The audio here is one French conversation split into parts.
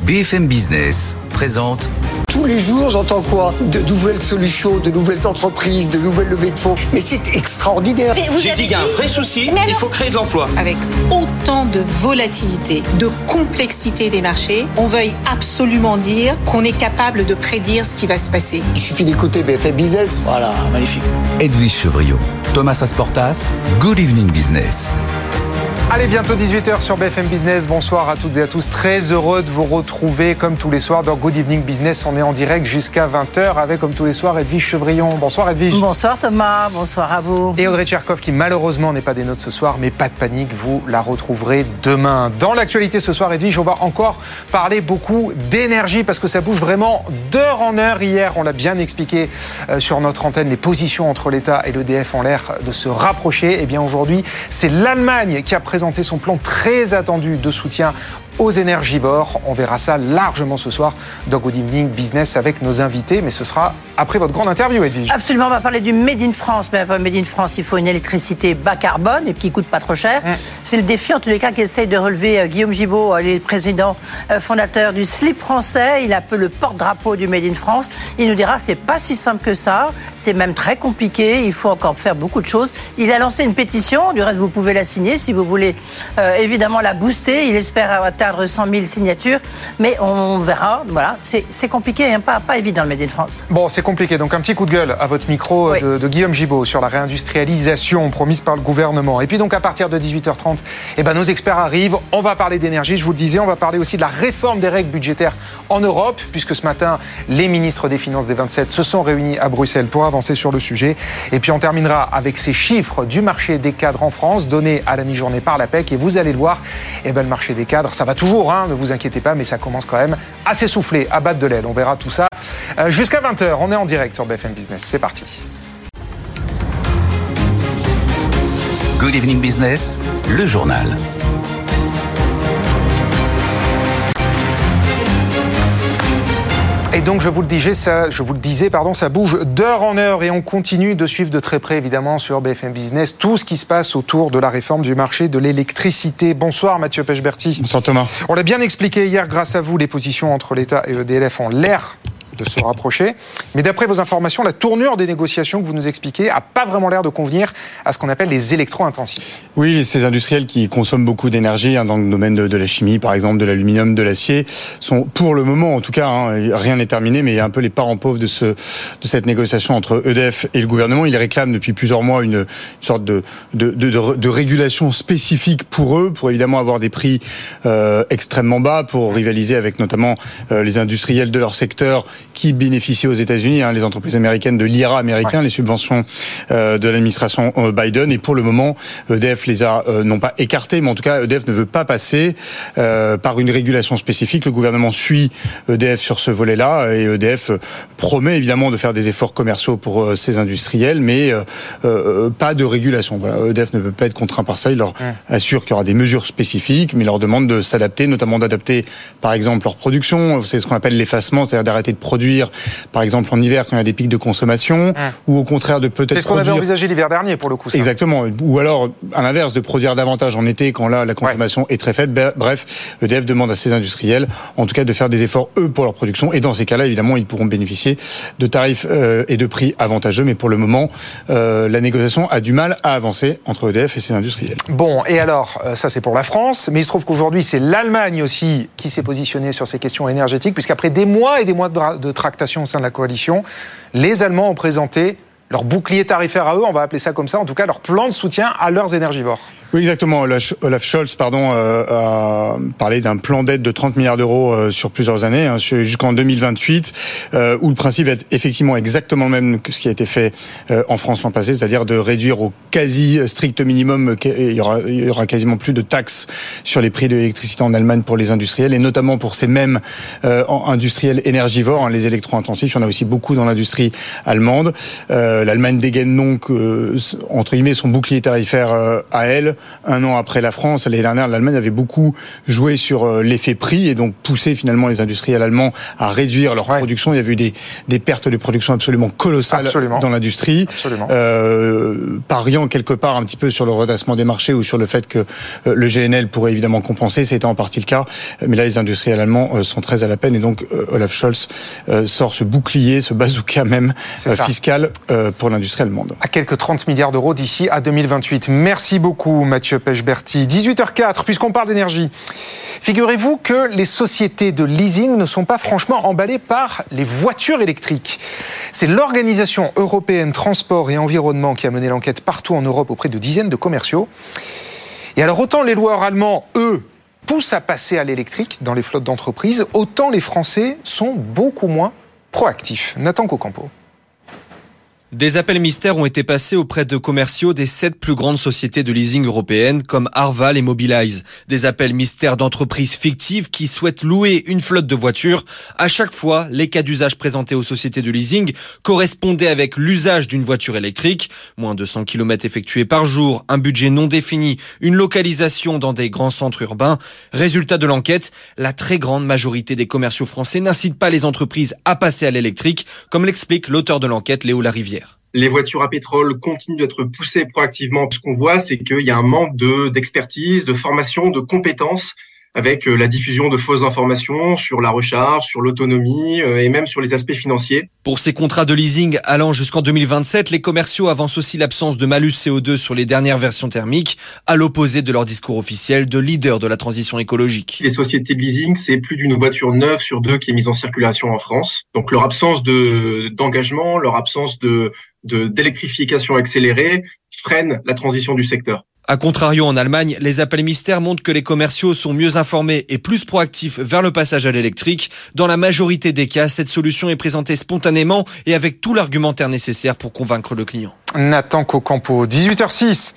BFM Business présente. Tous les jours, j'entends quoi ? De nouvelles solutions, de nouvelles entreprises, de nouvelles levées de fonds. Mais c'est extraordinaire. J'ai dit qu'il y a un vrai souci, il faut créer de l'emploi. Avec autant de volatilité, de complexité des marchés, on veuille absolument dire qu'on est capable de prédire ce qui va se passer. Il suffit d'écouter BFM Business. Voilà, magnifique. Edwige Chevrillon, Thomas Asportas, Good Evening Business. Allez, bientôt 18h sur BFM Business. Bonsoir à toutes et à tous. Très heureux de vous retrouver comme tous les soirs dans Good Evening Business. On est en direct jusqu'à 20h avec, comme tous les soirs, Edwige Chevrillon. Bonsoir Edwige. Bonsoir Thomas, bonsoir à vous. Et Audrey Tcherkov qui malheureusement n'est pas des nôtres ce soir, mais pas de panique, vous la retrouverez demain. Dans l'actualité ce soir, Edwige, on va encore parler beaucoup d'énergie parce que ça bouge vraiment d'heure en heure. Hier, on l'a bien expliqué sur notre antenne, les positions entre l'État et l'EDF ont l'air de se rapprocher. Et bien aujourd'hui, c'est l'Allemagne qui a présenté son plan très attendu de soutien aux énergivores. On verra ça largement ce soir dans Good Evening Business avec nos invités, mais ce sera après votre grande interview, Edwige. Absolument, on va parler du Made in France. Mais pas Made in France, il faut une électricité bas carbone et qui coûte pas trop cher. C'est le défi, en tous les cas, qu'essaye de relever Guillaume Gibault, le président fondateur du SLIP français. Il est un peu le porte-drapeau du Made in France. Il nous dira, c'est pas si simple que ça. C'est même très compliqué. Il faut encore faire beaucoup de choses. Il a lancé une pétition. Du reste, vous pouvez la signer si vous voulez évidemment la booster. Il espère atteindre 100 000 signatures, mais on verra. Voilà, c'est compliqué, hein, pas évident le Made in France. Bon, c'est compliqué. Donc un petit coup de gueule à votre micro oui. de Guillaume Gibault sur la réindustrialisation promise par le gouvernement. Et puis donc à partir de 18h30, nos experts arrivent. On va parler d'énergie, je vous le disais. On va parler aussi de la réforme des règles budgétaires en Europe, puisque ce matin, les ministres des Finances des 27 se sont réunis à Bruxelles pour avancer sur le sujet. Et puis on terminera avec ces chiffres du marché des cadres en France, donnés à la mi-journée par l'APEC. Et vous allez le voir, le marché des cadres, ça va toujours, ne vous inquiétez pas, mais ça commence quand même à s'essouffler, à battre de l'aile. On verra tout ça jusqu'à 20h. On est en direct sur BFM Business. C'est parti. Good Evening Business, le journal. Et donc, je vous le disais, ça bouge d'heure en heure et on continue de suivre de très près, évidemment, sur BFM Business, tout ce qui se passe autour de la réforme du marché de l'électricité. Bonsoir, Mathieu Pechberti. Bonsoir, Thomas. On l'a bien expliqué hier, grâce à vous, les positions entre l'État et l'EDF ont l'air de se rapprocher. Mais d'après vos informations, la tournure des négociations que vous nous expliquez n'a pas vraiment l'air de convenir à ce qu'on appelle les électro-intensifs. Oui, ces industriels qui consomment beaucoup d'énergie dans le domaine de la chimie, par exemple, de l'aluminium, de l'acier, sont pour le moment, en tout cas, rien n'est terminé, mais il y a un peu les parents pauvres de cette négociation entre EDF et le gouvernement. Ils réclament depuis plusieurs mois une sorte de régulation spécifique pour eux, pour évidemment avoir des prix extrêmement bas, pour rivaliser avec notamment les industriels de leur secteur qui bénéficient aux États-Unis, les entreprises américaines de l'IRA américain, les subventions de l'administration Biden. Et pour le moment, EDF les a non pas écartés, mais en tout cas, EDF ne veut pas passer par une régulation spécifique. Le gouvernement suit EDF sur ce volet-là et EDF promet évidemment de faire des efforts commerciaux pour ces industriels, mais pas de régulation. Voilà, EDF ne peut pas être contraint par ça. Il leur assure qu'il y aura des mesures spécifiques, mais leur demande de s'adapter, notamment d'adapter, par exemple, leur production. C'est ce qu'on appelle l'effacement, c'est-à-dire d'arrêter de produire, par exemple en hiver quand il y a des pics de consommation, ou au contraire de peut-être. C'est ce qu'on avait envisagé l'hiver dernier pour le coup. Ça. Exactement. Ou alors à l'inverse de produire davantage en été quand là la consommation est très faible. Bref, EDF demande à ces industriels, en tout cas, de faire des efforts eux pour leur production. Et dans ces cas-là, évidemment, ils pourront bénéficier de tarifs et de prix avantageux. Mais pour le moment, la négociation a du mal à avancer entre EDF et ces industriels. Bon, et alors ça c'est pour la France, mais il se trouve qu'aujourd'hui c'est l'Allemagne aussi qui s'est positionnée sur ces questions énergétiques, puisqu'après des mois et des mois de tractation au sein de la coalition, les Allemands ont présenté leur bouclier tarifaire à eux, on va appeler ça comme ça, en tout cas leur plan de soutien à leurs énergivores. Oui, exactement. Olaf Scholz, a parlé d'un plan d'aide de 30 milliards d'euros sur plusieurs années, jusqu'en 2028, où le principe est effectivement exactement le même que ce qui a été fait en France l'an passé, c'est-à-dire de réduire au quasi strict minimum. Il y aura quasiment plus de taxes sur les prix de l'électricité en Allemagne pour les industriels, et notamment pour ces mêmes industriels énergivores, les électro-intensifs. Il y en a aussi beaucoup dans l'industrie allemande. L'Allemagne dégaine donc, entre guillemets, son bouclier tarifaire à elle, 1 an après la France. L'année dernière, l'Allemagne avait beaucoup joué sur l'effet prix et donc poussé finalement les industriels allemands à réduire leur production. Il y avait eu des pertes de production absolument colossales dans l'industrie. Pariant quelque part un petit peu sur le redressement des marchés ou sur le fait que le GNL pourrait évidemment compenser, c'était en partie le cas. Mais là, les industriels allemands sont très à la peine et donc Olaf Scholz sort ce bouclier, ce bazooka même fiscal pour l'industrie allemande. À quelques 30 milliards d'euros d'ici à 2028. Merci beaucoup Mathieu Pechberti. 18h04, puisqu'on parle d'énergie. Figurez-vous que les sociétés de leasing ne sont pas franchement emballées par les voitures électriques. C'est l'Organisation européenne Transport et Environnement qui a mené l'enquête partout en Europe auprès de dizaines de commerciaux. Et alors autant les loueurs allemands, eux, poussent à passer à l'électrique dans les flottes d'entreprises, autant les Français sont beaucoup moins proactifs. Nathan Cocampo. Des appels mystères ont été passés auprès de commerciaux des 7 plus grandes sociétés de leasing européennes comme Arval et Mobilize. Des appels mystères d'entreprises fictives qui souhaitent louer une flotte de voitures. À chaque fois, les cas d'usage présentés aux sociétés de leasing correspondaient avec l'usage d'une voiture électrique. Moins de 100 km effectués par jour, un budget non défini, une localisation dans des grands centres urbains. Résultat de l'enquête, la très grande majorité des commerciaux français n'incitent pas les entreprises à passer à l'électrique, comme l'explique l'auteur de l'enquête, Léo Larivière. Les voitures à pétrole continuent d'être poussées proactivement. Ce qu'on voit, c'est qu'il y a un manque d'expertise, de formation, de compétences avec la diffusion de fausses informations sur la recharge, sur l'autonomie et même sur les aspects financiers. Pour ces contrats de leasing allant jusqu'en 2027, les commerciaux avancent aussi l'absence de malus CO2 sur les dernières versions thermiques, à l'opposé de leur discours officiel de leader de la transition écologique. Les sociétés de leasing, c'est plus d'une voiture neuve sur 2 qui est mise en circulation en France. Donc leur absence d'engagement, leur absence d'électrification accélérée freine la transition du secteur. A contrario, en Allemagne, les appels mystères montrent que les commerciaux sont mieux informés et plus proactifs vers le passage à l'électrique. Dans la majorité des cas, cette solution est présentée spontanément et avec tout l'argumentaire nécessaire pour convaincre le client. Nathan Cocampo, 18h06.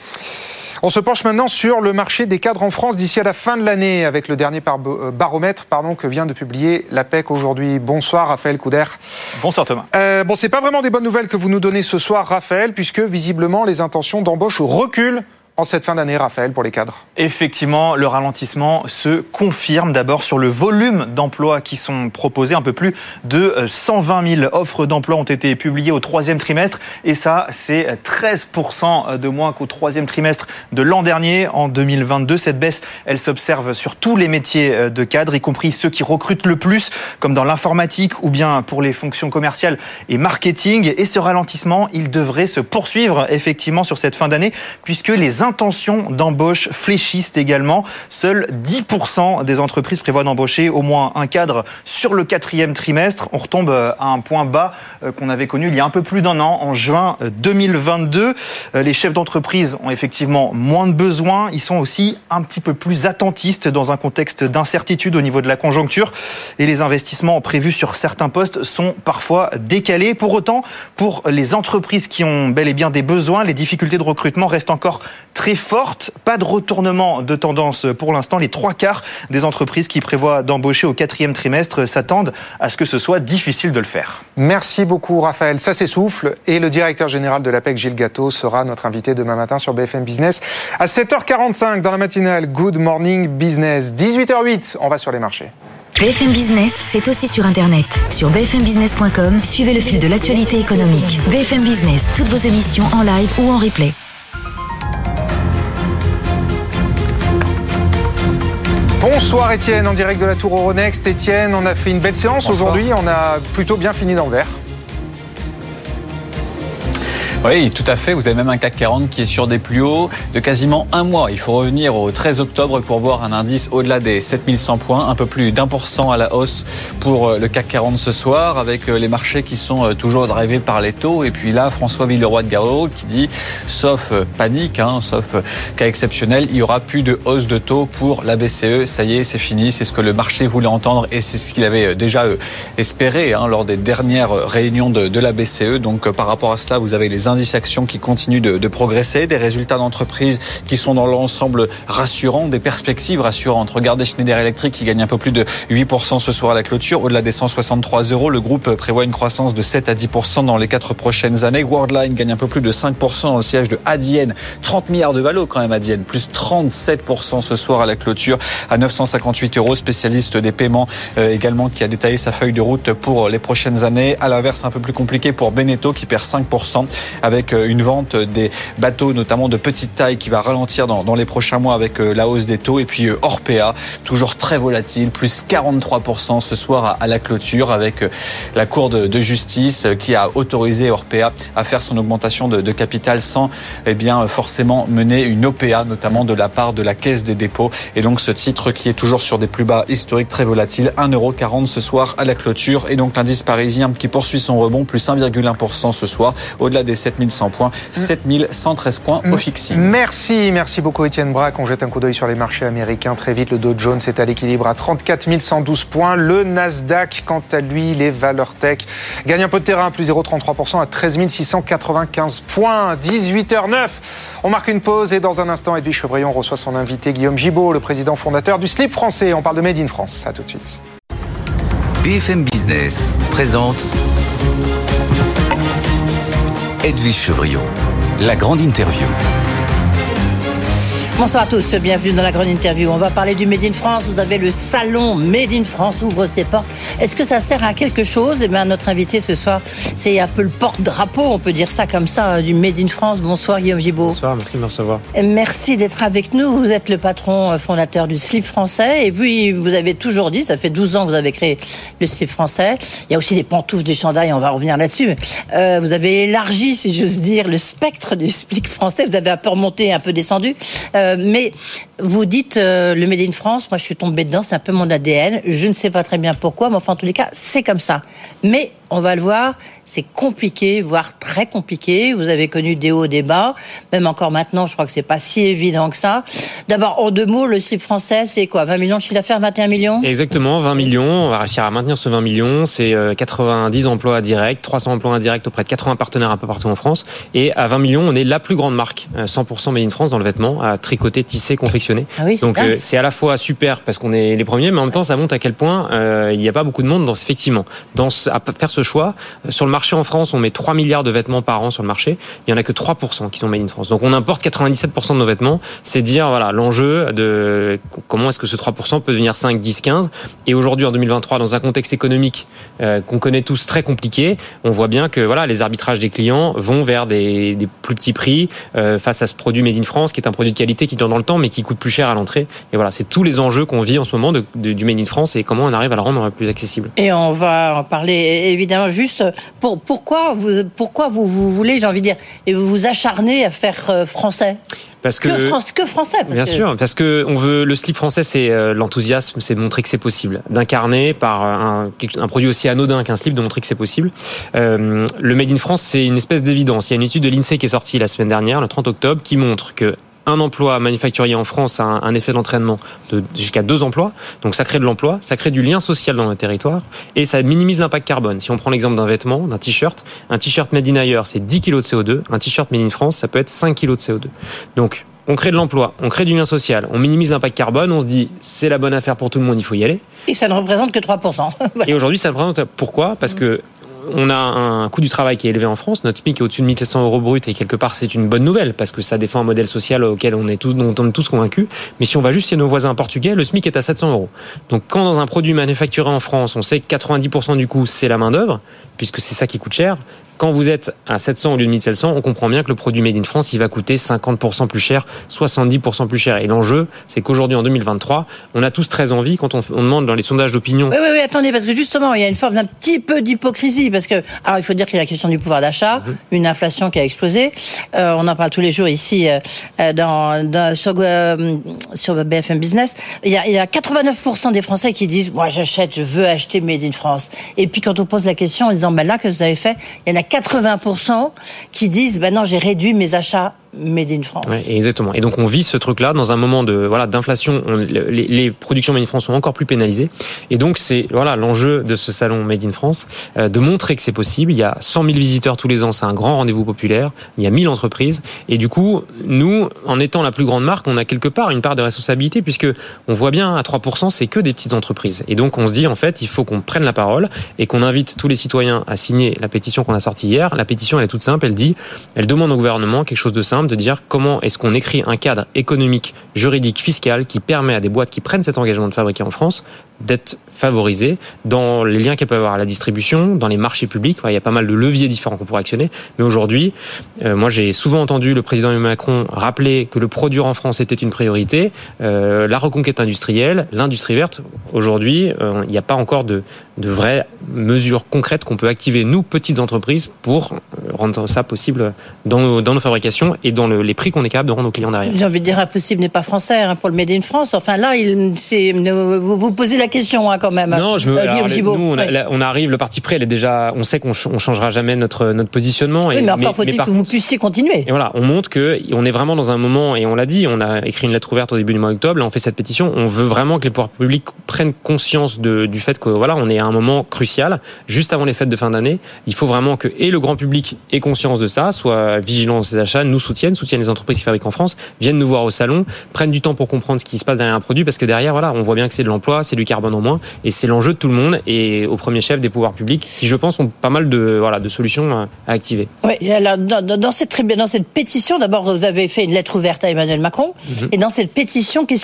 On se penche maintenant sur le marché des cadres en France d'ici à la fin de l'année avec le dernier baromètre que vient de publier l'APEC aujourd'hui. Bonsoir Raphaël Couder. Bonsoir Thomas. C'est pas vraiment des bonnes nouvelles que vous nous donnez ce soir Raphaël, puisque visiblement les intentions d'embauche reculent en cette fin d'année, Raphaël, pour les cadres. Effectivement, le ralentissement se confirme d'abord sur le volume d'emplois qui sont proposés. Un peu plus de 120 000 offres d'emploi ont été publiées au 3e trimestre. Et ça, c'est 13% de moins qu'au 3e trimestre de l'an dernier, en 2022. Cette baisse, elle s'observe sur tous les métiers de cadres, y compris ceux qui recrutent le plus, comme dans l'informatique ou bien pour les fonctions commerciales et marketing. Et ce ralentissement, il devrait se poursuivre effectivement sur cette fin d'année, puisque les intentions d'embauche fléchissent également. Seuls 10% des entreprises prévoient d'embaucher au moins un cadre sur le 4e trimestre. On retombe à un point bas qu'on avait connu il y a un peu plus d'un an, en juin 2022. Les chefs d'entreprise ont effectivement moins de besoins. Ils sont aussi un petit peu plus attentistes dans un contexte d'incertitude au niveau de la conjoncture. Et les investissements prévus sur certains postes sont parfois décalés. Pour autant, pour les entreprises qui ont bel et bien des besoins, les difficultés de recrutement restent encore très forte. Pas de retournement de tendance pour l'instant. Les 3/4 des entreprises qui prévoient d'embaucher au 4e trimestre s'attendent à ce que ce soit difficile de le faire. Merci beaucoup Raphaël. Ça s'essouffle et le directeur général de l'APEC, Gilles Gatto, sera notre invité demain matin sur BFM Business à 7h45 dans la matinale Good Morning Business. 18h08, on va sur les marchés. BFM Business, c'est aussi sur Internet. Sur bfmbusiness.com, suivez le fil de l'actualité économique. BFM Business, toutes vos émissions en live ou en replay. Bonsoir Étienne, en direct de la Tour Euronext. Étienne, on a fait une belle séance aujourd'hui, on a plutôt bien fini dans le vert. Oui, tout à fait. Vous avez même un CAC 40 qui est sur des plus hauts de quasiment un mois. Il faut revenir au 13 octobre pour voir un indice au-delà des 7100 points, un peu plus d'1% à la hausse pour le CAC 40 ce soir, avec les marchés qui sont toujours drivés par les taux. Et puis là, François Villeroy de Galhau qui dit, sauf panique, sauf cas exceptionnel, il n'y aura plus de hausse de taux pour la BCE. Ça y est, c'est fini. C'est ce que le marché voulait entendre et c'est ce qu'il avait déjà espéré lors des dernières réunions de la BCE. Donc par rapport à cela, vous avez les indices l'indice action qui continue de progresser, des résultats d'entreprise qui sont dans l'ensemble rassurants, des perspectives rassurantes. Regardez Schneider Electric qui gagne un peu plus de 8% ce soir à la clôture, au-delà des 163 €. Le groupe prévoit une croissance de 7 à 10% dans les 4 prochaines années. Worldline gagne un peu plus de 5% dans le siège de Adyen. 30 milliards de valo quand même Adyen, plus 37% ce soir à la clôture à 958 €. Spécialiste des paiements également qui a détaillé sa feuille de route pour les prochaines années. À l'inverse, un peu plus compliqué pour Beneteau qui perd 5% avec une vente des bateaux notamment de petite taille qui va ralentir dans les prochains mois avec la hausse des taux. Et puis Orpea, toujours très volatile, plus 43% ce soir à la clôture avec la Cour de justice qui a autorisé Orpea à faire son augmentation de capital sans forcément mener une OPA, notamment de la part de la Caisse des dépôts. Et donc ce titre qui est toujours sur des plus bas historiques très volatile, 1,40 € ce soir à la clôture. Et donc l'indice parisien qui poursuit son rebond, plus 1,1% ce soir, au-delà des 7100 points, 7113 points au fixing. Merci beaucoup Étienne Braque. On jette un coup d'œil sur les marchés américains. Très vite, le Dow Jones est à l'équilibre à 34 112 points. Le Nasdaq, quant à lui, les valeurs tech gagnent un peu de terrain, plus 0,33% à 13 695 points. 18h09. On marque une pause et dans un instant, Edwige Chevrillon reçoit son invité Guillaume Gibaud, le président fondateur du Slip français. On parle de Made in France. À tout de suite. BFM Business présente Edwige Chevrillon, la grande interview. Bonsoir à tous, bienvenue dans la grande interview. On va parler du Made in France. Vous avez le salon Made in France ouvre ses portes. Est-ce que ça sert à quelque chose ? Notre invité ce soir, c'est un peu le porte-drapeau, on peut dire ça comme ça, du Made in France. Bonsoir Guillaume Gibaud. Bonsoir, merci de me recevoir. Merci d'être avec nous. Vous êtes le patron fondateur du Slip français et vous avez toujours dit, ça fait 12 ans que vous avez créé le Slip français. Il y a aussi les pantoufles, des chandails, on va revenir là-dessus. Vous avez élargi, si j'ose dire, le spectre du Slip français. Vous avez un peu remonté, un peu descendu. Mais vous dites le Made in France, moi je suis tombée dedans, c'est un peu mon ADN. Je ne sais pas très bien pourquoi, mais enfin en tous les cas, c'est comme ça. Mais on va le voir, c'est compliqué, voire très compliqué. Vous avez connu des hauts, des bas. Même encore maintenant, je crois que c'est pas si évident que ça. D'abord, en 2 mots, le Slip français, c'est quoi ? 20 millions de chiffre d'affaires, 21 millions ? Exactement, 20 millions. On va réussir à maintenir ce 20 millions. C'est 90 emplois directs, 300 emplois indirects auprès de 80 partenaires un peu partout en France. Et à 20 millions, on est la plus grande marque, 100% Made in France dans le vêtement, à tricoter, tisser, confectionner. Ah oui, donc c'est à la fois super parce qu'on est les premiers, mais en même temps, ça montre à quel point il n'y a pas beaucoup de monde à faire ce choix. Sur le marché en France, on met 3 milliards de vêtements par an sur le marché. Il n'y en a que 3% qui sont made in France. Donc on importe 97% de nos vêtements. C'est dire l'enjeu de comment est-ce que ce 3% peut devenir 5, 10, 15. Et aujourd'hui, en 2023, dans un contexte économique qu'on connaît tous très compliqué, on voit bien que les arbitrages des clients vont vers des plus petits prix face à ce produit made in France, qui est un produit de qualité qui dure dans le temps, mais qui coûte plus cher à l'entrée. Et voilà, c'est tous les enjeux qu'on vit en ce moment du made in France et comment on arrive à le rendre plus accessible. Et on va en parler évidemment juste. Pourquoi vous voulez, j'ai envie de dire, et vous vous acharnez à faire français ? Parce que français. Bien sûr, parce que on veut le Slip français, c'est l'enthousiasme, c'est de montrer que c'est possible, d'incarner par un produit aussi anodin qu'un slip, de montrer que c'est possible. Le Made in France, c'est une espèce d'évidence. Il y a une étude de l'INSEE qui est sortie la semaine dernière, le 30 octobre, qui montre que un emploi manufacturier en France a un effet d'entraînement de jusqu'à 2 emplois. Donc ça crée de l'emploi, ça crée du lien social dans le territoire et ça minimise l'impact carbone. Si on prend l'exemple d'un vêtement, d'un t-shirt, un t-shirt made in ailleurs, c'est 10 kg de CO2. Un t-shirt made in France, ça peut être 5 kg de CO2. Donc on crée de l'emploi, on crée du lien social, on minimise l'impact carbone, on se dit c'est la bonne affaire pour tout le monde, il faut y aller. Et ça ne représente que 3%. Et aujourd'hui, ça représente pourquoi ? Parce que on a un coût du travail qui est élevé en France. Notre SMIC est au-dessus de 1 700 € brut et quelque part c'est une bonne nouvelle parce que ça défend un modèle social auquel dont on est tous convaincus. Mais si on va juste chez nos voisins portugais, le SMIC est à 700 €. Donc quand dans un produit manufacturé en France, on sait que 90% du coût c'est la main d'œuvre, puisque c'est ça qui coûte cher. Quand vous êtes à 700 au lieu de 1700, on comprend bien que le produit Made in France, il va coûter 50% plus cher, 70% plus cher. Et l'enjeu, c'est qu'aujourd'hui, en 2023, on a tous très envie, quand on demande dans les sondages d'opinion... Oui, attendez, parce que justement, il y a une forme d'un petit peu d'hypocrisie, parce que, alors il faut dire qu'il y a la question du pouvoir d'achat, une inflation qui a explosé. On en parle tous les jours ici sur BFM Business. Il y a 89% des Français qui disent, moi j'achète, je veux acheter Made in France. Et puis quand on pose la question en disant, là, que vous avez fait, il y en a 80% qui disent, non, j'ai réduit mes achats Made in France. Ouais, exactement. Et donc on vit ce truc-là dans un moment d'inflation. Les productions Made in France sont encore plus pénalisées. Et donc c'est l'enjeu de ce salon Made in France, de montrer que c'est possible. Il y a 100 000 visiteurs tous les ans, c'est un grand rendez-vous populaire. Il y a 1000 entreprises. Et du coup, nous, en étant la plus grande marque, on a quelque part une part de responsabilité, puisque on voit bien à 3%, c'est que des petites entreprises. Et donc on se dit en fait, il faut qu'on prenne la parole et qu'on invite tous les citoyens à signer la pétition qu'on a sortie hier. La pétition, elle est toute simple. Elle demande au gouvernement quelque chose de simple, de dire comment est-ce qu'on écrit un cadre économique, juridique, fiscal qui permet à des boîtes qui prennent cet engagement de fabriquer en France d'être favorisées dans les liens qu'elles peuvent avoir à la distribution, dans les marchés publics. Il y a pas mal de leviers différents qu'on pourrait actionner. Mais aujourd'hui, moi j'ai souvent entendu le président Emmanuel Macron rappeler que le produire en France était une priorité, la reconquête industrielle, l'industrie verte. Aujourd'hui, il n'y a pas encore de vraies mesures concrètes qu'on peut activer, nous, petites entreprises, pour rendre ça possible dans nos fabrications et dans les prix qu'on est capable de rendre aux clients derrière. J'ai envie de dire impossible n'est pas français pour le Made in France. Enfin là, vous posez la question quand même. Non, nous, on arrive, le parti pris, elle est déjà, on sait qu'on changera jamais notre positionnement. Oui, mais encore faut-il que vous puissiez continuer. Et voilà, on montre qu'on est vraiment dans un moment, et on l'a dit, on a écrit une lettre ouverte au début du mois d'octobre, là on fait cette pétition, on veut vraiment que les pouvoirs publics prennent conscience du fait que on est à un moment crucial, juste avant les fêtes de fin d'année. Il faut vraiment que le grand public ait conscience de ça, soit vigilant dans ses achats, nous soutiennent les entreprises qui fabriquent en France, viennent nous voir au salon, prennent du temps pour comprendre ce qui se passe derrière un produit, parce que derrière, on voit bien que c'est de l'emploi, c'est du carbone en moins, et c'est l'enjeu de tout le monde, et au premier chef des pouvoirs publics, qui je pense ont pas mal de solutions à activer. Oui, alors dans cette pétition, d'abord vous avez fait une lettre ouverte à Emmanuel Macron, et dans cette pétition, qu'est-ce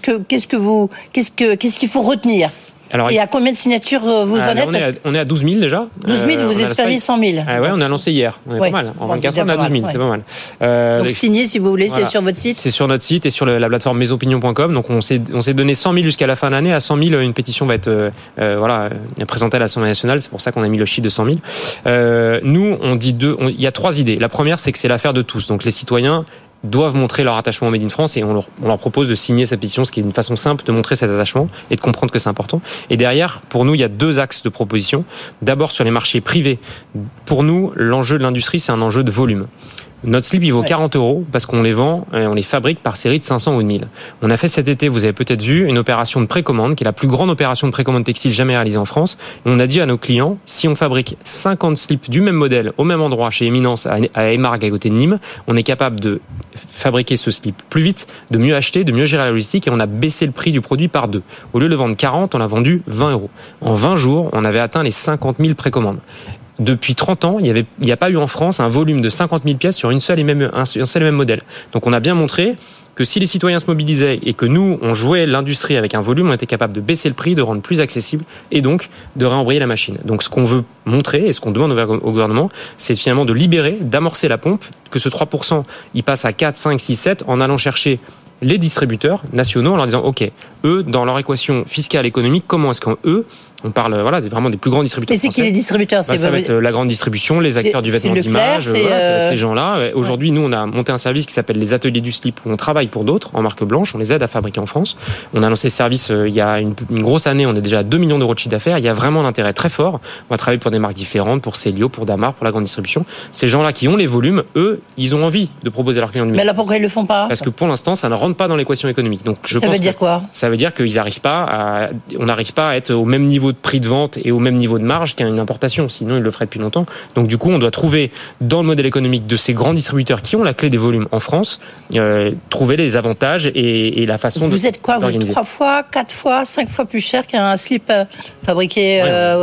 qu'il faut retenir? Alors, et à combien de signatures vous en êtes? On est à 12 000 déjà. 12 000, vous espériez 100 000. Ouais, on a lancé hier. On est pas mal. En 24 heures, on a 12 000, c'est pas mal. Donc signez si vous voulez, c'est sur votre site. C'est sur notre site et sur la plateforme mesopinions.com. Donc on s'est donné 100 000 jusqu'à la fin de l'année. À 100 000, une pétition va être présentée à l'Assemblée nationale. C'est pour ça qu'on a mis le chiffre de 100 000. Nous, on dit il y a 3 idées. La première, c'est que c'est l'affaire de tous. Donc les citoyens doivent montrer leur attachement au Made in France, et on leur propose de signer cette pétition, ce qui est une façon simple de montrer cet attachement et de comprendre que c'est important. Et derrière, pour nous, il y a 2 axes de proposition. D'abord, sur les marchés privés. Pour nous, l'enjeu de l'industrie, c'est un enjeu de volume. Notre slip, il vaut 40 € parce qu'on les vend et on les fabrique par série de 500 ou de 1000. On a fait cet été, vous avez peut-être vu, une opération de précommande qui est la plus grande opération de précommande textile jamais réalisée en France. Et on a dit à nos clients, si on fabrique 50 slips du même modèle au même endroit chez Éminence à Émargues à côté de Nîmes, on est capable de fabriquer ce slip plus vite, de mieux acheter, de mieux gérer la logistique, et on a baissé le prix du produit par 2. Au lieu de le vendre 40, on l'a vendu 20 €. En 20 jours, on avait atteint les 50 000 précommandes. Depuis 30 ans, il n'y a pas eu en France un volume de 50 000 pièces sur un seul et même modèle. Donc on a bien montré que si les citoyens se mobilisaient et que nous, on jouait l'industrie avec un volume, on était capable de baisser le prix, de rendre plus accessible et donc de réembrayer la machine. Donc ce qu'on veut montrer et ce qu'on demande au gouvernement, c'est finalement de libérer, d'amorcer la pompe, que ce 3%, il passe à 4, 5, 6, 7 en allant chercher les distributeurs nationaux en leur disant, OK, eux, dans leur équation fiscale économique, comment est-ce qu'eux, on parle vraiment des plus grands distributeurs français. Mais c'est qui les distributeurs? Ça va être la grande distribution, les acteurs du vêtement d'image, ces gens-là. Aujourd'hui, nous, on a monté un service qui s'appelle les ateliers du slip, où on travaille pour d'autres, en marque blanche, on les aide à fabriquer en France. On a lancé ce service il y a une grosse année, on est déjà à 2 millions € de chiffre d'affaires. Il y a vraiment un intérêt très fort. On va travailler pour des marques différentes, pour Célio, pour Damar, pour la grande distribution. Ces gens-là qui ont les volumes, eux, ils ont envie de proposer à leurs clients du Mais là, pourquoi ils le font pas? Parce que pour l'instant, ça ne rentre pas dans l'équation économique. Donc, ça veut dire quoi? Ça veut dire qu'ils n'arrivent pas on n'arrive pas à être au même niveau de prix de vente et au même niveau de marge qu'une importation, sinon ils le feraient depuis longtemps. Donc du coup, on doit trouver dans le modèle économique de ces grands distributeurs qui ont la clé des volumes en France, trouver les avantages et la façon Vous êtes quoi, vous 3 fois, 4 fois, 5 fois plus cher qu'un slip fabriqué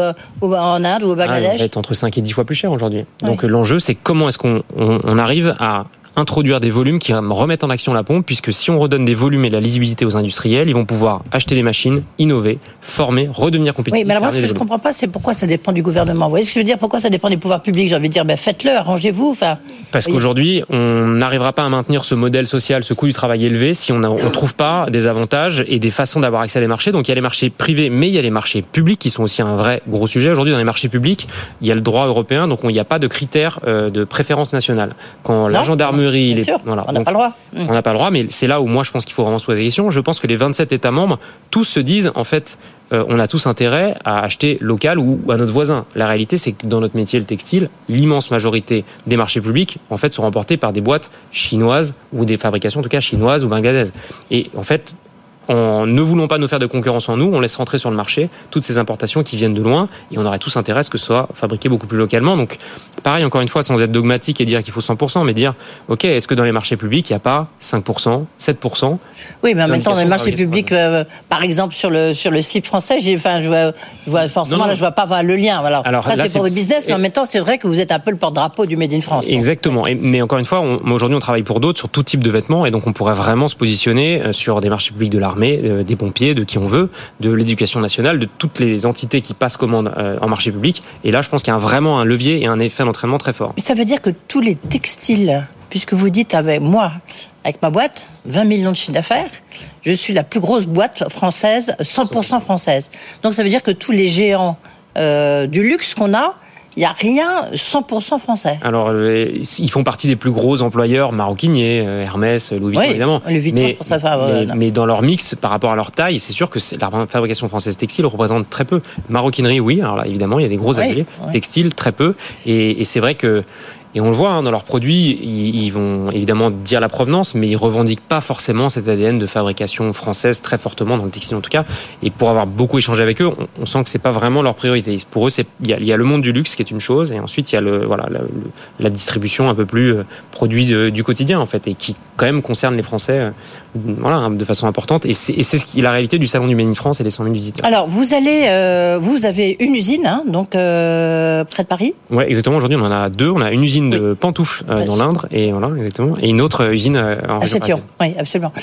en Inde ou au Bangladesh? Il va être entre 5 et 10 fois plus cher aujourd'hui. Donc l'enjeu, c'est comment est-ce qu'on arrive à introduire des volumes qui remettent en action la pompe, puisque si on redonne des volumes et de la lisibilité aux industriels, ils vont pouvoir acheter des machines, innover, former, redevenir compétitifs. Oui, mais alors moi, ce que je ne comprends pas, c'est pourquoi ça dépend du gouvernement. Vous voyez ce que je veux dire? Pourquoi ça dépend des pouvoirs publics? J'ai envie de dire, faites-le, arrangez-vous. Parce qu'aujourd'hui, on n'arrivera pas à maintenir ce modèle social, ce coût du travail élevé, si on ne trouve pas des avantages et des façons d'avoir accès à des marchés. Donc il y a les marchés privés, mais il y a les marchés publics qui sont aussi un vrai gros sujet. Aujourd'hui, dans les marchés publics, il y a le droit européen, donc il n'y a pas de critères de préférence nationale. Quand la gendarmerie gendarmerie. Voilà. On n'a pas le droit. On n'a pas le droit, mais c'est là où moi je pense qu'il faut vraiment se poser la question. Je pense que les 27 États membres, tous se disent en fait, on a tous intérêt à acheter local ou à notre voisin. La réalité, c'est que dans notre métier, le textile, l'immense majorité des marchés publics, en fait, sont remportés par des boîtes chinoises ou des fabrications, en tout cas chinoises ou bangladaises. Et en fait, en ne voulant pas nous faire de concurrence en nous, on laisse rentrer sur le marché toutes ces importations qui viennent de loin et on aurait tous intérêt à ce que ce soit fabriqué beaucoup plus localement. Donc, pareil, encore une fois, sans être dogmatique et dire qu'il faut 100%, mais dire, OK, est-ce que dans les marchés publics, il n'y a pas 5%, 7%? Oui, mais en même temps, dans les marchés publics, par exemple, sur le slip français, je vois forcément, là, je vois pas le lien. Alors là, c'est pour le business, mais en même temps, c'est vrai que vous êtes un peu le porte-drapeau du Made in France. Exactement. Mais encore une fois, aujourd'hui, on travaille pour d'autres sur tout type de vêtements et donc on pourrait vraiment se positionner sur des marchés publics de l'armée, des pompiers, de qui on veut, de l'éducation nationale, de toutes les entités qui passent commande en marché public. Et là, je pense qu'il y a vraiment un levier et un effet d'entraînement très fort. Ça veut dire que tous les textiles, puisque vous dites avec moi, avec ma boîte, 20 millions de chiffre d'affaires, je suis la plus grosse boîte française, 100% française. Donc ça veut dire que tous les géants du luxe qu'on a, il n'y a rien 100% français. Alors, ils font partie des plus gros employeurs maroquiniers, Hermès, Louis Vuitton, évidemment. Louis Vuitton, mais dans leur mix, par rapport à leur taille, c'est sûr que la fabrication française textile représente très peu. Maroquinerie, oui. Alors là, évidemment, il y a des gros ateliers. Textile, très peu. Et c'est vrai que... Et on le voit, dans leurs produits, ils vont évidemment dire la provenance, mais ils revendiquent pas forcément cet ADN de fabrication française très fortement, dans le textile en tout cas. Et pour avoir beaucoup échangé avec eux, on sent que c'est pas vraiment leur priorité. Pour eux, il y a le monde du luxe qui est une chose, et ensuite il y a la distribution un peu plus produit du quotidien en fait, et qui quand même concerne les Français de façon importante. Et c'est la réalité du salon du Made in France et des 100 000 visiteurs. Alors vous avez une usine, donc près de Paris. Ouais, exactement. Aujourd'hui, on en a deux. On a une usine de pantoufles dans l'Indre et voilà, exactement, et une autre usine en région parisienne. Oui, absolument.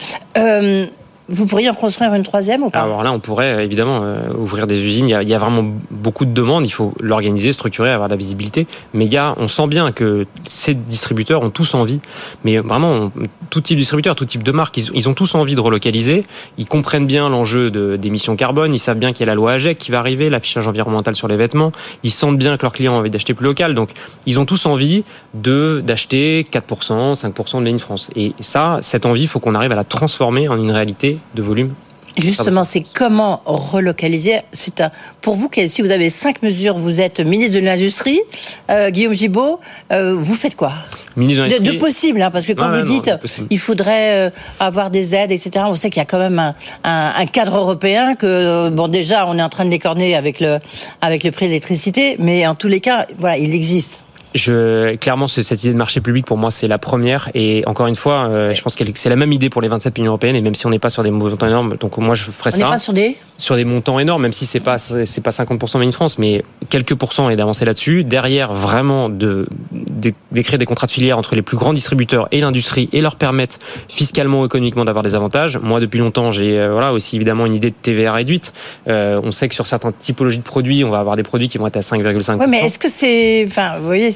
Vous pourriez en construire une troisième ou pas? Alors là, on pourrait évidemment ouvrir des usines. Il y a vraiment beaucoup de demandes. Il faut l'organiser, structurer, avoir de la visibilité. Mais on sent bien que ces distributeurs ont tous envie. Mais vraiment, tout type de distributeur, tout type de marque, ils ont tous envie de relocaliser. Ils comprennent bien l'enjeu d'émissions carbone. Ils savent bien qu'il y a la loi AGEC qui va arriver, l'affichage environnemental sur les vêtements. Ils sentent bien que leurs clients ont envie d'acheter plus local. Donc, ils ont tous envie d'acheter 4%, 5% de Made in France. Et ça, cette envie, il faut qu'on arrive à la transformer en une réalité de volume. Justement, c'est comment relocaliser. Pour vous, si vous avez 5 mesures, vous êtes ministre de l'Industrie, Guillaume Gibault, vous faites quoi? Ministre de l'Industrie. De possible, parce que quand vous dites il faudrait avoir des aides, etc., on sait qu'il y a quand même un cadre européen que, déjà, on est en train de l'écorner avec le prix de l'électricité, mais en tous les cas, voilà, il existe. Clairement, cette idée de marché public, pour moi, c'est la première. Et encore une fois, je pense que c'est la même idée pour les 27 pays européennes. Et même si on n'est pas sur des montants énormes, donc moi, je ferais ça. On n'est pas sur des montants énormes, même si c'est pas 50% Made in France, mais quelques pourcents et d'avancer là-dessus. Derrière, vraiment, d'écrire des contrats de filière entre les plus grands distributeurs et l'industrie et leur permettre fiscalement, économiquement d'avoir des avantages. Moi, depuis longtemps, j'ai aussi évidemment une idée de TVA réduite. On sait que sur certaines typologies de produits, on va avoir des produits qui vont être à 5,5%. Oui, mais est-ce que c'est, vous voyez,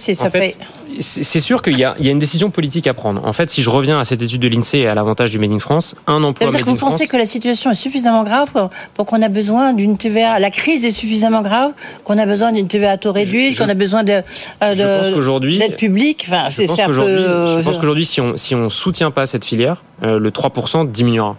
c'est sûr qu'il y a une décision politique à prendre. En fait, si je reviens à cette étude de l'INSEE et à l'avantage du Made in France, un emploi Made in France... Vous pensez que la situation est suffisamment grave pour qu'on a besoin d'une TVA... La crise est suffisamment grave qu'on a besoin d'une TVA à taux réduit, qu'on a besoin d'aide publique. Je pense qu'aujourd'hui, si on soutient pas cette filière, le 3% diminuera.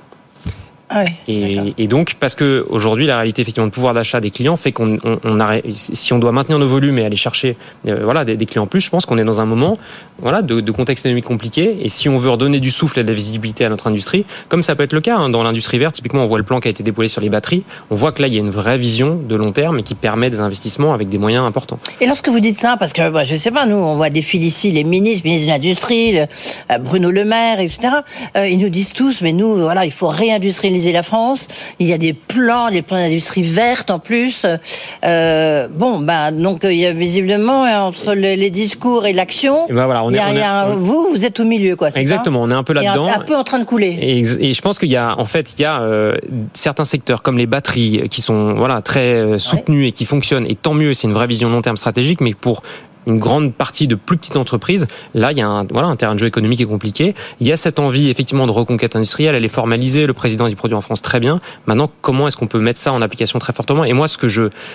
Et donc, parce que aujourd'hui, la réalité effectivement de pouvoir d'achat des clients fait qu'on si on doit maintenir nos volumes et aller chercher des clients en plus, je pense qu'on est dans un moment de contexte économique compliqué. Et si on veut redonner du souffle et de la visibilité à notre industrie, comme ça peut être le cas dans l'industrie verte, typiquement on voit le plan qui a été déployé sur les batteries, on voit que là il y a une vraie vision de long terme et qui permet des investissements avec des moyens importants. Et lorsque vous dites ça, parce que je sais pas, nous on voit défiler ici les ministres de l'Industrie, Bruno Le Maire, etc. Ils nous disent tous, mais nous il faut réindustrialiser la France. Il y a des plans d'industrie verte en plus. Donc il y a visiblement entre les discours et l'action, vous êtes au milieu, quoi. Exactement, on est un peu là-dedans. Un peu en train de couler. Et je pense qu'il y a certains secteurs comme les batteries qui sont très soutenus et qui fonctionnent. Et tant mieux, c'est une vraie vision long terme stratégique, mais pour une grande partie de plus petites entreprises, là, il y a un terrain de jeu économique qui est compliqué. Il y a cette envie, effectivement, de reconquête industrielle. Elle est formalisée. Le président dit produit en France très bien. Maintenant, comment est-ce qu'on peut mettre ça en application très fortement? Et moi, ce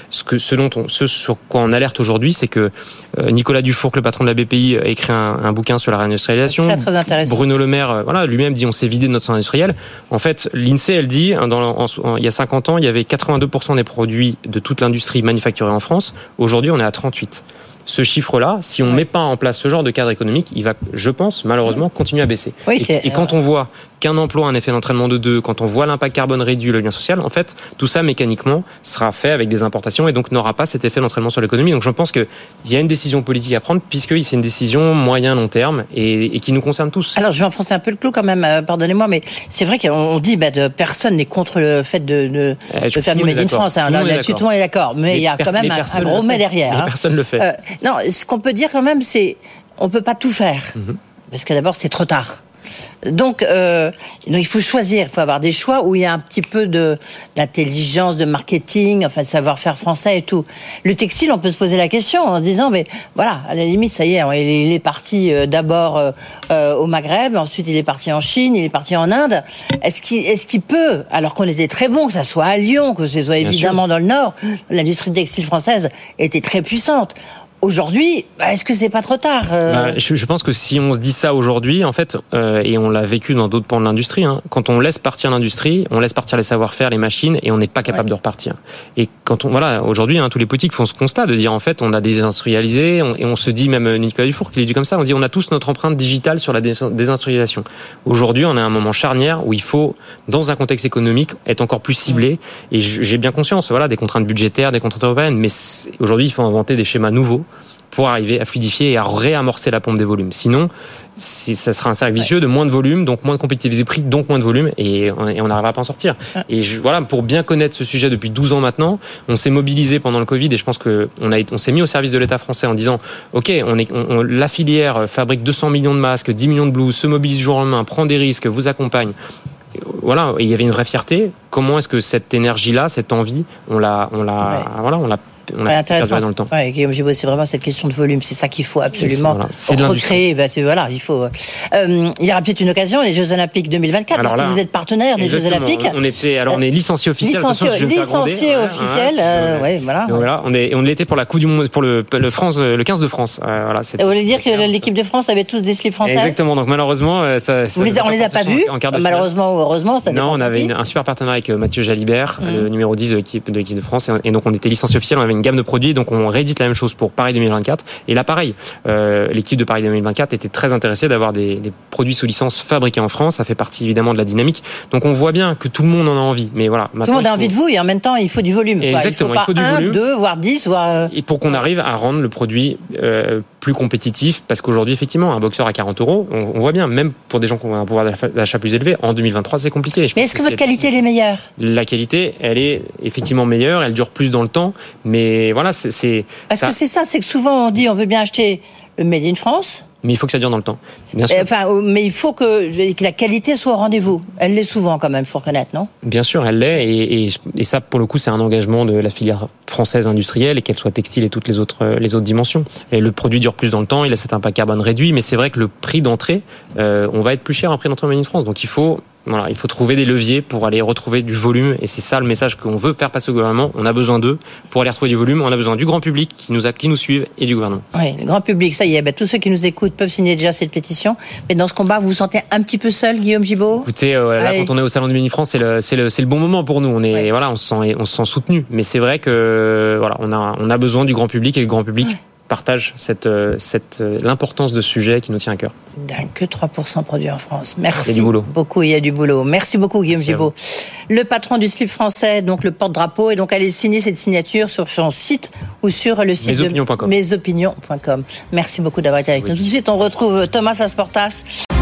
sur quoi on alerte aujourd'hui, c'est que Nicolas Dufourcq, le patron de la BPI, a écrit un bouquin sur la réindustrialisation. Très, très intéressant. Bruno Le Maire, lui-même dit on s'est vidé de notre centre industriel. En fait, l'INSEE, elle dit, il y a 50 ans, il y avait 82% des produits de toute l'industrie manufacturée en France. Aujourd'hui, on est à 38%. Ce chiffre-là, si on ne met pas en place ce genre de cadre économique, il va, je pense, malheureusement, continuer à baisser. Oui, et quand on voit qu'un emploi a un effet d'entraînement de 2, quand on voit l'impact carbone réduit, le lien social, en fait, tout ça, mécaniquement, sera fait avec des importations et donc n'aura pas cet effet d'entraînement sur l'économie. Donc je pense qu'il y a une décision politique à prendre, puisque c'est une décision moyen-long terme et qui nous concerne tous. Alors, je vais enfoncer un peu le clou quand même, pardonnez-moi, mais c'est vrai qu'on dit personne n'est contre le fait de faire du Made in France. Là-dessus, tout le monde est d'accord. Mais il y a quand même un gros mais derrière. Mais personne ne le fait. Non, ce qu'on peut dire quand même, c'est on ne peut pas tout faire. Parce que d'abord, c'est trop tard. Donc, il faut choisir, il faut avoir des choix où il y a un petit peu d'intelligence, de marketing, enfin de savoir-faire français et tout. Le textile, on peut se poser la question en se disant, mais voilà, à la limite, ça y est, il est parti d'abord au Maghreb, ensuite il est parti en Chine, il est parti en Inde. Est-ce qu'il peut, alors qu'on était très bon, que ça soit à Lyon, que ce soit évidemment dans le Nord, l'industrie textile française était très puissante. Aujourd'hui, est-ce que c'est pas trop tard Je pense que si on se dit ça aujourd'hui, en fait, et on l'a vécu dans d'autres pans de l'industrie, quand on laisse partir l'industrie, on laisse partir les savoir-faire, les machines, et on n'est pas capable de repartir. Et quand aujourd'hui, tous les politiques font ce constat de dire en fait, on a désindustrialisé, et on se dit, même Nicolas Dufourcq, il est dit comme ça, on dit on a tous notre empreinte digitale sur la désindustrialisation. Aujourd'hui, on a un moment charnière où il faut, dans un contexte économique, être encore plus ciblé. Et j'ai bien conscience, des contraintes budgétaires, des contraintes européennes, mais aujourd'hui, il faut inventer des schémas nouveaux pour arriver à fluidifier et à réamorcer la pompe des volumes. Sinon, ça sera un cercle vicieux de moins de volume, donc moins de compétitivité des prix, donc moins de volume, et on n'arrivera pas à en sortir. Et pour bien connaître ce sujet depuis 12 ans maintenant, on s'est mobilisé pendant le Covid, et je pense que on s'est mis au service de l'État français en disant, ok, la filière fabrique 200 millions de masques, 10 millions de blouses, se mobilise jour en lendemain, prend des risques, vous accompagne. Voilà, et il y avait une vraie fierté. Comment est-ce que cette énergie-là, cette envie, on l'a intéressant dans le temps. Guillaume Gibaud, c'est vraiment cette question de volume, c'est ça qu'il faut absolument recréer. Il faut. Il y aura peut-être une occasion, les Jeux Olympiques 2024, parce que vous êtes partenaire des Jeux Olympiques. On est licencié officiel. Licencié officiel. Voilà. On l'était pour la Coupe du Monde, pour le 15 de France. Vous voulez dire que l'équipe de France avait tous des slips français? Exactement. Donc malheureusement, on les a pas vus. Malheureusement ou heureusement, ça dépend. Non, on avait un super partenariat avec Mathieu Jalibert, le numéro 10 de l'équipe de France, et donc on était licencié officiel. On avait une gamme de produits, donc on réédite la même chose pour Paris 2024. Et là, pareil, l'équipe de Paris 2024 était très intéressée d'avoir des produits sous licence fabriqués en France. Ça fait partie évidemment de la dynamique. Donc on voit bien que tout le monde en a envie. Mais voilà, tout le monde a envie de vous, et en même temps, il faut du volume. Exactement, il faut du volume. 2, voire 10, Et pour qu'on arrive à rendre le produit plus compétitif, parce qu'aujourd'hui, effectivement, un boxeur à 40 €, on voit bien, même pour des gens qui ont un pouvoir d'achat plus élevé, en 2023, c'est compliqué. Mais est-ce que votre qualité est meilleure? La qualité, elle est effectivement meilleure, elle dure plus dans le temps, mais voilà, que c'est ça, c'est que souvent on dit on veut bien acheter le Made in France. Mais il faut que ça dure dans le temps, bien sûr. Mais il faut que la qualité soit au rendez-vous. Elle l'est souvent quand même, il faut reconnaître, non? Bien sûr, elle l'est, et ça, pour le coup, c'est un engagement de la filière française industrielle, et qu'elle soit textile et toutes les autres dimensions. Et le produit dure plus dans le temps, il a cet impact carbone réduit, mais c'est vrai que le prix d'entrée, on va être plus cher en prix d'entrée Made in France. Donc il faut trouver des leviers pour aller retrouver du volume, et c'est ça le message qu'on veut faire passer au gouvernement. On a besoin d'eux pour aller retrouver du volume, on a besoin du grand public qui nous suivent, et du gouvernement. Oui, le grand public, ça y est, tous ceux qui nous écoutent peuvent signer déjà cette pétition. Mais dans ce combat, vous vous sentez un petit peu seul, Guillaume Gibaud? Écoutez, là, quand on est au salon du Made in France, c'est le bon moment pour nous. On se sent soutenu. Mais c'est vrai que on a besoin du grand public, et le grand public partage l'importance de ce sujet qui nous tient à cœur. Que 3% produits en France. Merci. Il y a du boulot. Beaucoup, il y a du boulot. Merci beaucoup, Guillaume Gibaud. Le patron du slip français, donc le porte-drapeau, et donc allez signer cette signature sur son site ou sur le site mesopinions.com. Mesopinions.com. Merci beaucoup d'avoir été avec nous. Tout de suite, on retrouve Thomas Asportas.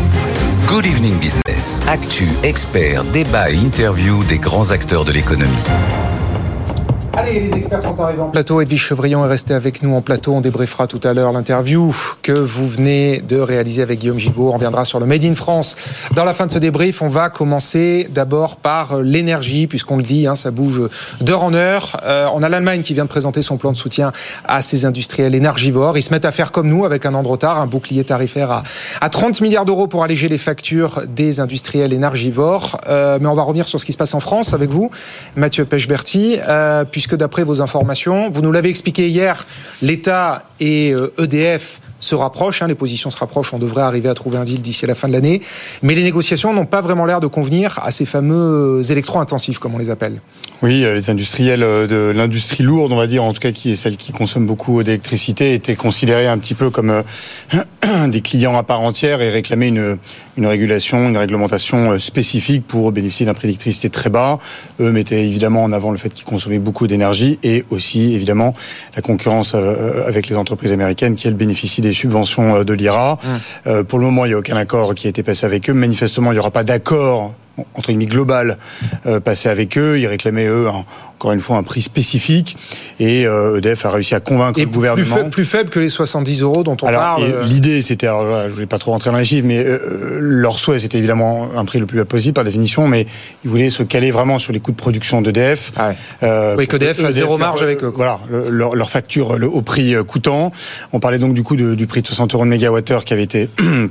Good Evening Business. Actu, experts, débat et interview des grands acteurs de l'économie. Allez, les experts sont arrivés en plateau. Edwige Chevrillon est restée avec nous en plateau. On débriefera tout à l'heure l'interview que vous venez de réaliser avec Guillaume Gibault. On reviendra sur le Made in France. Dans la fin de ce débrief, on va commencer d'abord par l'énergie, puisqu'on le dit, ça bouge d'heure en heure. On a l'Allemagne qui vient de présenter son plan de soutien à ses industriels énergivores. Ils se mettent à faire comme nous, avec un an de retard, un bouclier tarifaire à 30 milliards d'euros pour alléger les factures des industriels énergivores. Mais on va revenir sur ce qui se passe en France avec vous, Mathieu Pechberti, puisque d'après vos informations, vous nous l'avez expliqué hier, l'État et EDF se rapprochent, les positions se rapprochent, on devrait arriver à trouver un deal d'ici à la fin de l'année, mais les négociations n'ont pas vraiment l'air de convenir à ces fameux électro-intensifs, comme on les appelle. Oui, les industriels de l'industrie lourde, on va dire, en tout cas qui est celle qui consomme beaucoup d'électricité, étaient considérés un petit peu comme des clients à part entière et réclamaient une régulation, une réglementation spécifique pour bénéficier d'un prix d'électricité très bas. Eux mettaient évidemment en avant le fait qu'ils consommaient beaucoup d'énergie et aussi évidemment la concurrence avec les entreprises américaines qui elles bénéficient des subventions de l'IRA. Pour le moment, il n'y a aucun accord qui a été passé avec eux. Manifestement, il n'y aura pas d'accord entre guillemets global passé avec eux. Ils réclamaient encore une fois un prix spécifique et EDF a réussi à convaincre le gouvernement. Plus faible que les 70 € dont on parle. L'idée, c'était, je voulais pas trop rentrer dans les chiffres, mais leur souhait, c'était évidemment un prix le plus bas possible par définition, mais ils voulaient se caler vraiment sur les coûts de production d'EDF. Oui, qu'EDF a zéro marge avec eux. Voilà, leur facture au prix coûtant. On parlait donc du coup du prix de 60 € de mégawattheure qui avait été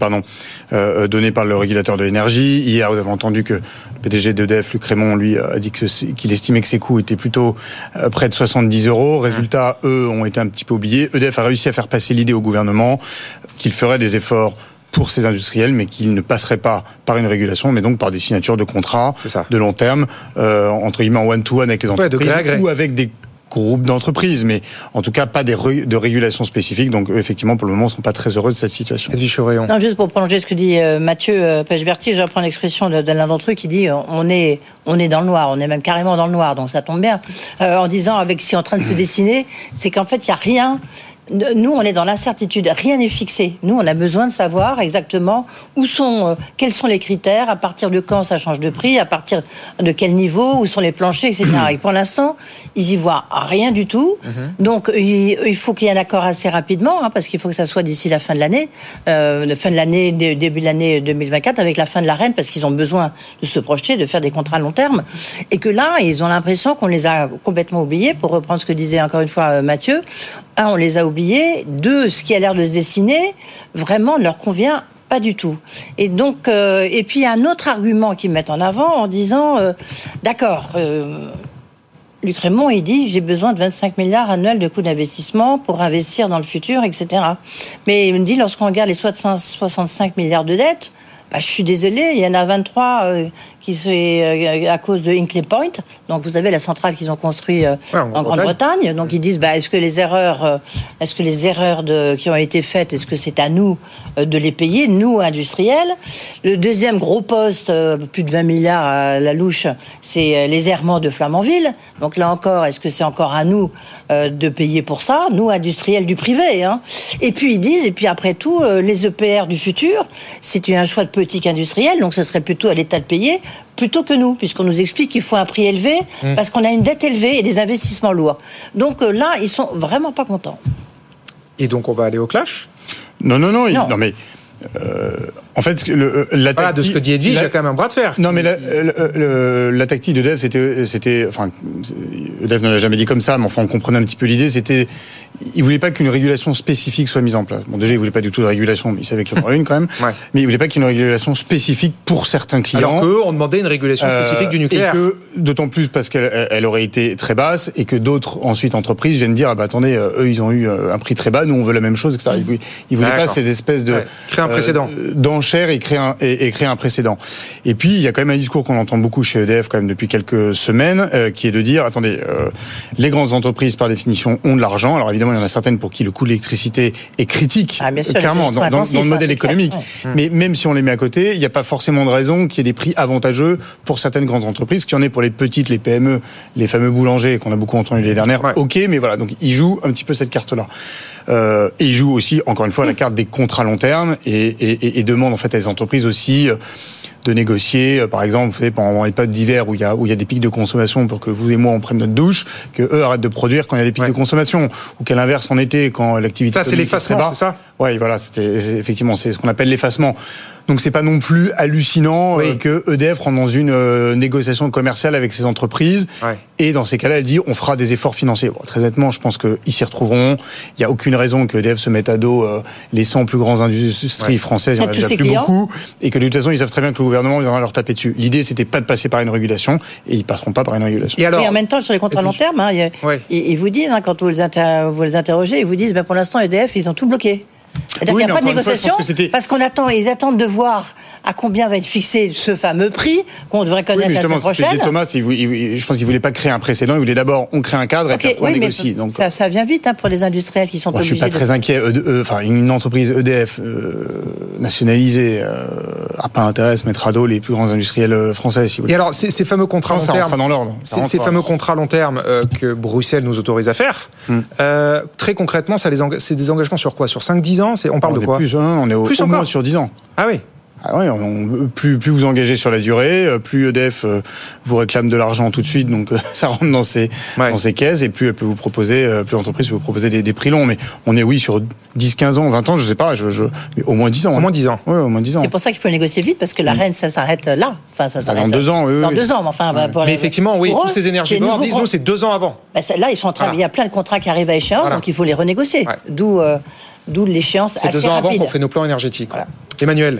donné par le régulateur de l'énergie. Hier, vous avez entendu que le PDG d'EDF, Luc Rémont, lui, a dit qu'il estimait que ses coûts étaient plutôt près de 70 €. Résultat, eux ont été un petit peu oubliés. EDF a réussi à faire passer l'idée au gouvernement qu'il ferait des efforts pour ces industriels, mais qu'il ne passerait pas par une régulation, mais donc par des signatures de contrats de long terme, entre guillemets en one-to-one avec les entreprises ou avec des groupes d'entreprises, mais en tout cas pas de régulation spécifique. Donc eux, effectivement, pour le moment, ne sont pas très heureux de cette situation. Edwige Chevrillon. Non, juste pour prolonger ce que dit Mathieu Pechberti, je reprends l'expression de l'un d'entre eux qui dit on est dans le noir, on est même carrément dans le noir, donc ça tombe bien. En disant avec ce qui est en train de se dessiner, c'est qu'en fait, il n'y a rien. Nous, on est dans l'incertitude. Rien n'est fixé. Nous, on a besoin de savoir exactement quels sont les critères, à partir de quand ça change de prix, à partir de quel niveau, où sont les planchers, etc. Et pour l'instant, ils y voient rien du tout. Donc, il faut qu'il y ait un accord assez rapidement, parce qu'il faut que ça soit d'ici la fin de l'année, début de l'année 2024, avec la fin de l'ARENH, parce qu'ils ont besoin de se projeter, de faire des contrats à long terme. Et que là, ils ont l'impression qu'on les a complètement oubliés, pour reprendre ce que disait encore une fois Mathieu. On les a oubliés. Deux, ce qui a l'air de se dessiner, vraiment ne leur convient pas du tout. Et donc, et puis il y a un autre argument qu'ils mettent en avant en disant, d'accord, Luc Rémont, il dit, j'ai besoin de 25 milliards annuels de coûts d'investissement pour investir dans le futur, etc. Mais il me dit, lorsqu'on regarde les 65 milliards de dettes, je suis désolé, il y en a 23 qui sont à cause de Hinkley Point. Donc vous avez la centrale qu'ils ont construite en Grande-Bretagne. Donc ils disent est-ce que les erreurs qui ont été faites, est-ce que c'est à nous de les payer, nous industriels? Le deuxième gros poste, plus de 20 milliards à la louche, c'est les errements de Flamanville. Donc là encore, est-ce que c'est encore à nous de payer pour ça, nous industriels du privé, Et puis ils disent, et puis après tout, les EPR du futur, c'est un choix de politique industrielle, donc ce serait plutôt à l'État de payer plutôt que nous, puisqu'on nous explique qu'il faut un prix élevé parce qu'on a une dette élevée et des investissements lourds. Donc là, ils sont vraiment pas contents. Et donc on va aller au clash ? Non, mais en fait, la tactique, de ce que dit Edwige, il y a quand même un bras de fer. Non, mais la tactique de Dev, c'était, enfin, Dev ne l'a jamais dit comme ça, mais enfin, on comprenait un petit peu l'idée. C'était, il voulait pas qu'une régulation spécifique soit mise en place. Bon, déjà, il voulait pas du tout de régulation, mais il savait qu'il y en aurait une quand même. Mais il voulait pas qu'il y ait une régulation spécifique pour certains clients. Alors qu'eux, on demandait une régulation spécifique du nucléaire. Et que, d'autant plus parce qu'elle aurait été très basse, et que d'autres, ensuite, entreprises viennent dire, attendez, eux, ils ont eu un prix très bas, nous, on veut la même chose, etc. Ils voulaient pas ces espèces de créer un précédent. D'enchères et créer un précédent. Et puis, il y a quand même un discours qu'on entend beaucoup chez EDF quand même depuis quelques semaines, qui est de dire, attendez, les grandes entreprises, par définition, ont de l'argent. Alors évidemment, il y en a certaines pour qui le coût de l'électricité est critique, clairement, dans le modèle économique. Mais même si on les met à côté, il n'y a pas forcément de raison qu'il y ait des prix avantageux pour certaines grandes entreprises, qu'il y en ait pour les petites, les PME, les fameux boulangers qu'on a beaucoup entendu les dernières. Ok, mais voilà, donc ils jouent un petit peu cette carte-là. Et ils jouent aussi, encore une fois, la carte des contrats long terme et demandent en fait à les entreprises aussi de négocier, par exemple, vous savez, pendant les périodes d'hiver où il y a des pics de consommation pour que vous et moi on prenne notre douche, que eux arrêtent de produire quand il y a des pics de consommation, ou qu'à l'inverse en été quand l'activité. Ça, c'est l'effacement, c'est ça? Oui, voilà, effectivement, c'est ce qu'on appelle l'effacement. Donc c'est pas non plus hallucinant que EDF rentre dans une négociation commerciale avec ces entreprises. Et dans ces cas-là, elle dit on fera des efforts financiers. Bon, très honnêtement, je pense qu'ils s'y retrouveront. Il n'y a aucune raison que EDF se mette à dos les 100 plus grandes industries françaises. Il y en a déjà plus beaucoup. Et que de toute façon, ils savent très bien que le gouvernement viendra leur taper dessus. L'idée, c'était pas de passer par une régulation, et ils passeront pas par une régulation. Et en même temps, sur les contrats long terme, ils vous disent, quand vous les interrogez, ils vous disent, pour l'instant, EDF, ils ont tout bloqué. C'est-à-dire qu'il n'y a pas de négociation, parce ils attendent de voir à combien va être fixé ce fameux prix qu'on devrait connaître la semaine prochaine. Thomas, je pense qu'il ne voulait pas créer un précédent, il voulait d'abord on crée un cadre et puis après on négocie. Donc, ça vient vite pour les industriels qui sont obligés. Je ne suis pas très inquiet. Une entreprise EDF nationalisée n'a pas intérêt à se mettre à dos les plus grands industriels français. Si vous voulez. Et alors, ces fameux contrats long terme, dans l'ordre. Ces fameux contrats long terme que Bruxelles nous autorise à faire, très concrètement, c'est des engagements sur quoi? Sur 5-10 ans? On parle de quoi? On est au moins sur 10 ans. Ah oui. Ah oui, plus vous engagez sur la durée, plus EDF vous réclame de l'argent tout de suite, donc ça rentre dans ses caisses, et plus elle peut vous proposer, plus l'entreprise peut vous proposer des prix longs. Mais on est sur 10, 15 ans, 20 ans, je sais pas, mais au moins 10 ans. Au moins 10 ans. Oui, au moins 10 ans. C'est pour ça qu'il faut négocier vite, parce que la reine, ça s'arrête là. Enfin, ça s'arrête dans 2 ans, Dans 2 ans, enfin. Mais effectivement, tous ces énergivores disent, nous, c'est 2 ans avant. Là, ils sont en train, il y a plein de contrats qui arrivent à échéance, donc il faut les renégocier. D'où l'échéance assez rapide. C'est 2 ans avant qu'on fait nos plans énergétiques. Voilà. Emmanuel.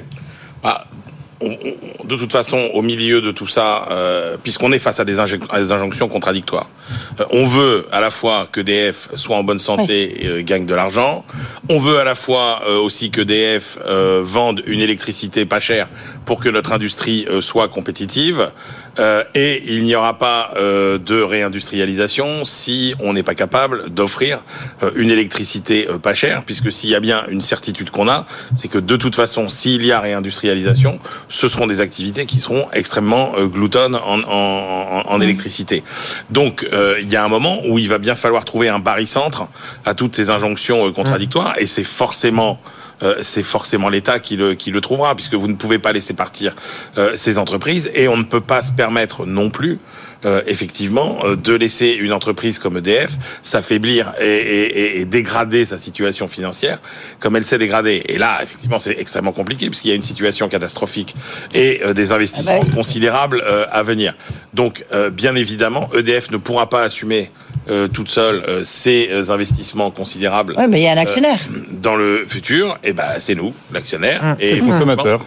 De toute façon, au milieu de tout ça, puisqu'on est face à des injonctions contradictoires, on veut à la fois que EDF soit en bonne santé et gagne de l'argent. On veut à la fois aussi que EDF vende une électricité pas chère pour que notre industrie soit compétitive. Et il n'y aura pas de réindustrialisation si on n'est pas capable d'offrir une électricité pas chère, puisque s'il y a bien une certitude qu'on a, c'est que de toute façon, s'il y a réindustrialisation, ce seront des activités qui seront extrêmement gloutonnes en électricité. Donc, il y a un moment où il va bien falloir trouver un barycentre à toutes ces injonctions contradictoires, et c'est forcément l'État qui le trouvera, puisque vous ne pouvez pas laisser partir ces entreprises, et on ne peut pas se permettre non plus effectivement de laisser une entreprise comme EDF s'affaiblir et dégrader sa situation financière comme elle s'est dégradée. Et là, effectivement, c'est extrêmement compliqué puisqu'il y a une situation catastrophique et des investissements considérables à venir. Donc, bien évidemment, EDF ne pourra pas assumer toute seule ces investissements considérables. Oui, mais il y a un actionnaire. Dans le futur, c'est nous, l'actionnaire. Et les consommateurs.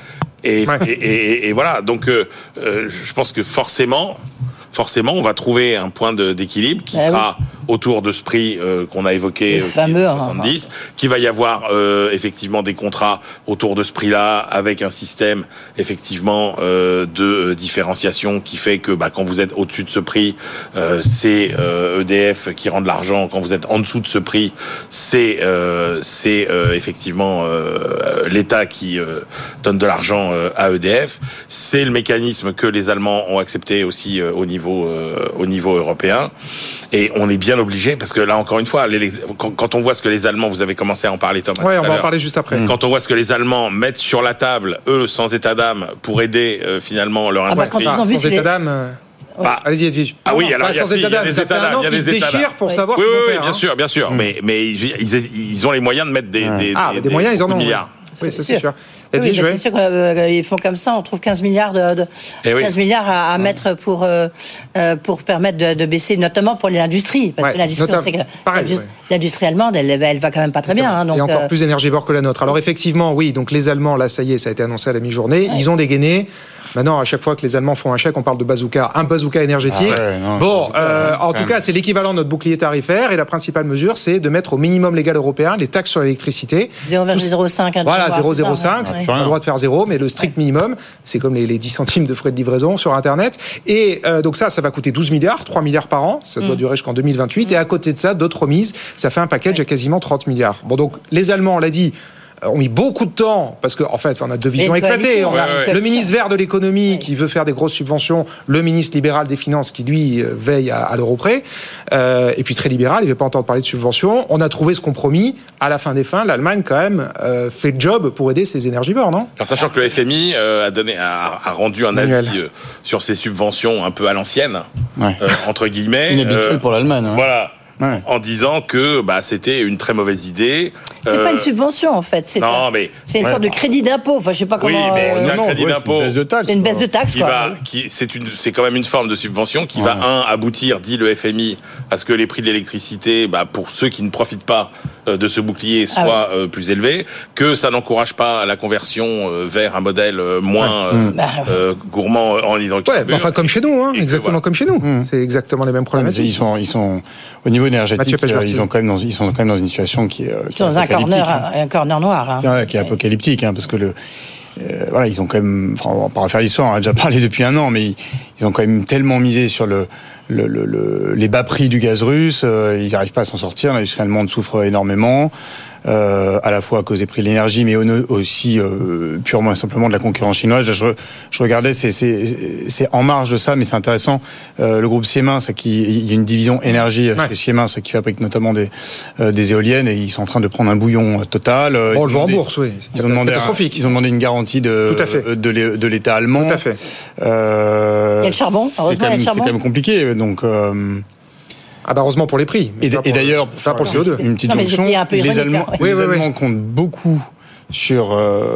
Et voilà, donc je pense que forcément, on va trouver un point d'équilibre qui sera autour de ce prix qu'on a évoqué, fameux, 70, qu'il va y avoir effectivement des contrats autour de ce prix-là, avec un système effectivement de différenciation qui fait que quand vous êtes au-dessus de ce prix, c'est EDF qui rend de l'argent. Quand vous êtes en dessous de ce prix, c'est effectivement l'État qui donne de l'argent à EDF. C'est le mécanisme que les Allemands ont accepté aussi au niveau européen. Et on est bien obligé, parce que là, encore une fois, quand on voit ce que les Allemands, vous avez commencé à en parler, Thomas. Oui, on va en parler juste après. Quand on voit ce que les Allemands mettent sur la table, eux, sans état d'âme, pour aider finalement leur industrie. Sans état d'âme. Allez-y, Edwige. Ah oui, alors il y a des états d'âme. Il y a des états d'âme pour savoir. Oui, bien sûr. Mais ils ont les moyens de mettre des moyens, ils en ont milliards. Oui, ça c'est sûr. Oui, c'est sûr qu'ils font comme ça, on trouve 15 milliards 15 milliards à mettre pour permettre de baisser, notamment pour l'industrie. Parce que l'industrie, on sait que l'industrie allemande, elle va quand même pas très bien. Et encore plus énergivore que la nôtre. Alors effectivement, oui, donc les Allemands, là, ça y est, ça a été annoncé à la mi-journée, ils ont dégainé. Maintenant, à chaque fois que les Allemands font un chèque, on parle de bazooka, un bazooka énergétique. En tout cas, c'est l'équivalent de notre bouclier tarifaire. Et la principale mesure, c'est de mettre au minimum légal européen les taxes sur l'électricité. 0,05. Voilà, 0,05. Pas le droit de faire 0, mais le strict minimum, c'est comme les 10 centimes de frais de livraison sur Internet. Et donc ça va coûter 12 milliards, 3 milliards par an. Ça doit durer jusqu'en 2028. Et à côté de ça, d'autres remises. Ça fait un package à quasiment 30 milliards. Bon, donc les Allemands, on l'a dit, ont mis beaucoup de temps, parce qu'en fait, on a deux visions éclatées. On a le ministre vert de l'économie qui veut faire des grosses subventions, le ministre libéral des finances qui, lui, veille à l'euro près, et puis très libéral, il ne veut pas entendre parler de subventions. On a trouvé ce compromis. À la fin des fins, l'Allemagne, quand même, fait le job pour aider ses énergivores, non ? Alors, sachant que le FMI a rendu un avis sur ces subventions un peu à l'ancienne, entre guillemets. Inhabituel pour l'Allemagne. Ouais. Voilà. Ouais. En disant que c'était une très mauvaise idée. C'est pas une subvention en fait, c'est une sorte de crédit d'impôt. Enfin, je sais pas comment. Oui, mais c'est un crédit d'impôt. C'est une baisse de taxe. C'est une baisse de taxe. C'est quand même une forme de subvention qui va aboutir, dit le FMI, à ce que les prix de l'électricité, pour ceux qui ne profitent pas de ce bouclier, soient plus élevés, que ça n'encourage pas la conversion vers un modèle moins gourmand en hydrocarbures. Enfin comme chez nous, exactement comme chez nous. C'est exactement les mêmes problématiques. Ils sont au niveau énergétique, ils sont quand même dans une situation qui est dans un corner noir là. Qui est apocalyptique, parce que ils ont quand même, on va pas faire l'histoire, on a déjà parlé depuis un an, mais ils ont quand même tellement misé sur les bas prix du gaz russe, ils n'arrivent pas à s'en sortir, l'industrie allemande souffre énormément. À la fois à cause des prix de l'énergie, mais aussi purement et simplement de la concurrence chinoise. Je regardais, c'est en marge de ça, mais c'est intéressant. Le groupe Siemens, il y a une division énergie chez Siemens qui fabrique notamment des éoliennes, et ils sont en train de prendre un bouillon total. On le voit en bourse, oui. Ils ont demandé une garantie de l'État allemand. Tout à fait. Il y a le charbon. C'est quand même compliqué, donc. Heureusement pour les prix. Et d'ailleurs, pas pour le CO2. Une petite jonction, les Allemands comptent beaucoup sur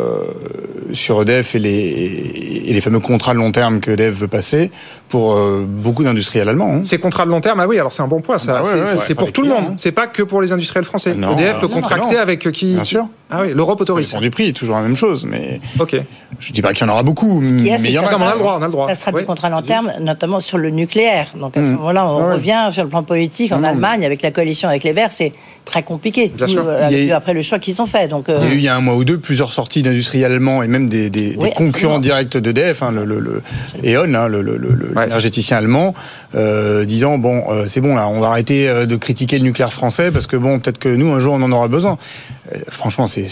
EDF et les fameux contrats de long terme que EDF veut passer pour beaucoup d'industriels allemands. Ces contrats de long terme, alors c'est un bon point, ça. C'est pour tout le monde. C'est pas que pour les industriels français. EDF peut contracter avec qui ? Bien sûr. L'Europe autorise. Ça dépend du prix, toujours la même chose, mais. Ok. Je dis pas qu'il y en aura beaucoup, mais il y en a. On a le droit. Ça sera des contrats long terme, notamment sur le nucléaire. Donc à ce moment-là, on revient sur le plan politique en Allemagne avec la coalition avec les Verts, c'est très compliqué. Après le choix qu'ils ont fait. Donc. Il y a un mois ou deux plusieurs sorties d'industriels allemands et même des concurrents directs d'EDF, le E.ON, l'énergéticien allemand, disant c'est bon là, on va arrêter de critiquer le nucléaire français parce que peut-être que nous un jour on en aura besoin. Franchement, c'est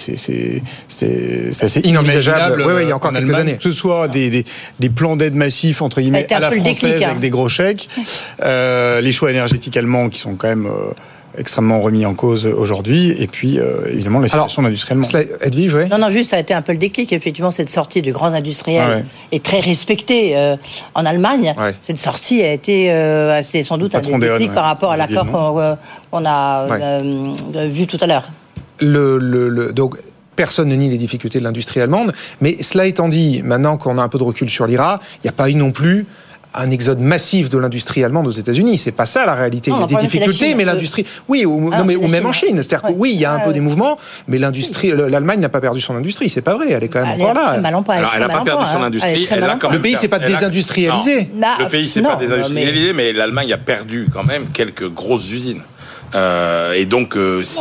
assez inenvisageable. Il y a encore quelques années. Que ce soit des plans d'aide massifs entre guillemets à la française avec des gros chèques, les choix énergétiques allemands qui sont quand même extrêmement remis en cause aujourd'hui, et puis évidemment la situation d'industriellement. Edwige, Non, juste ça a été un peu le déclic. Effectivement, cette sortie de grands industriels est très respectée en Allemagne. Cette sortie a été c'était sans doute un déclic par rapport à l'accord qu'on a vu tout à l'heure. Donc, personne ne nie les difficultés de l'industrie allemande, mais cela étant dit, maintenant qu'on a un peu de recul sur l'IRA, il n'y a pas eu non plus un exode massif de l'industrie allemande aux États-Unis. C'est pas ça la réalité. Il y a des difficultés, mais l'industrie, ou même en Chine. C'est-à-dire que il y a un peu des mouvements, mais l'Allemagne n'a pas perdu son industrie. C'est pas vrai. Elle est quand même encore là. Elle n'a pas perdu son industrie. Le pays s'est pas désindustrialisé. Le pays s'est pas désindustrialisé, mais l'Allemagne a perdu quand même quelques grosses usines. Et donc,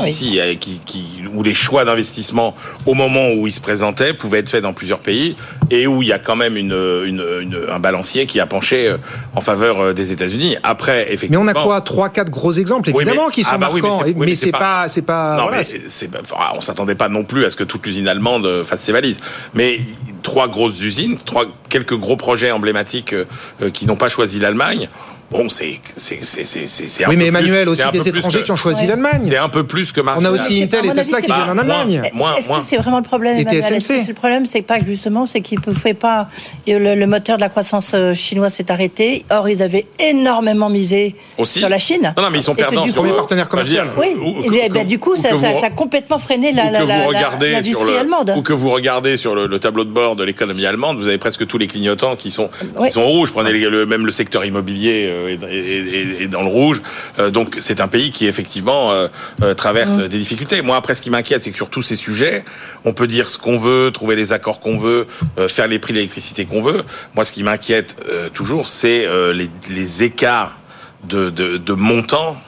où les choix d'investissement au moment où ils se présentaient pouvaient être faits dans plusieurs pays, et où il y a quand même un balancier qui a penché en faveur des États-Unis. Après, effectivement. Mais on a quoi, 3-4 gros exemples, évidemment, qui sont marquants. Mais c'est pas. Non, mais on s'attendait pas non plus à ce que toute l'usine allemande fasse ses valises. Mais 3 grosses usines, quelques gros projets emblématiques qui n'ont pas choisi l'Allemagne. C'est oui, mais Emmanuel, aussi des étrangers qui ont choisi l'Allemagne. C'est un peu plus que on a aussi Intel et Tesla qui viennent en Allemagne. Est-ce que c'est vraiment le problème, Emmanuel? Le problème, c'est pas justement, c'est qu'ils ne pouvaient pas. Le moteur de la croissance chinoise s'est arrêté. Or, ils avaient énormément misé sur la Chine. Non, mais ils sont perdants. Le premier partenaire commercial. Oui. Du coup, ça a complètement freiné l'industrie allemande. Ou que vous regardez sur le tableau de bord de l'économie allemande, vous avez presque tous les clignotants qui sont rouges. Prenez même le secteur immobilier. Et dans le rouge. Donc c'est un pays qui effectivement traverse des difficultés. Moi après ce qui m'inquiète, c'est que sur tous ces sujets, on peut dire ce qu'on veut, trouver les accords qu'on veut, faire les prix de l'électricité qu'on veut. Moi ce qui m'inquiète toujours, c'est les écarts de montants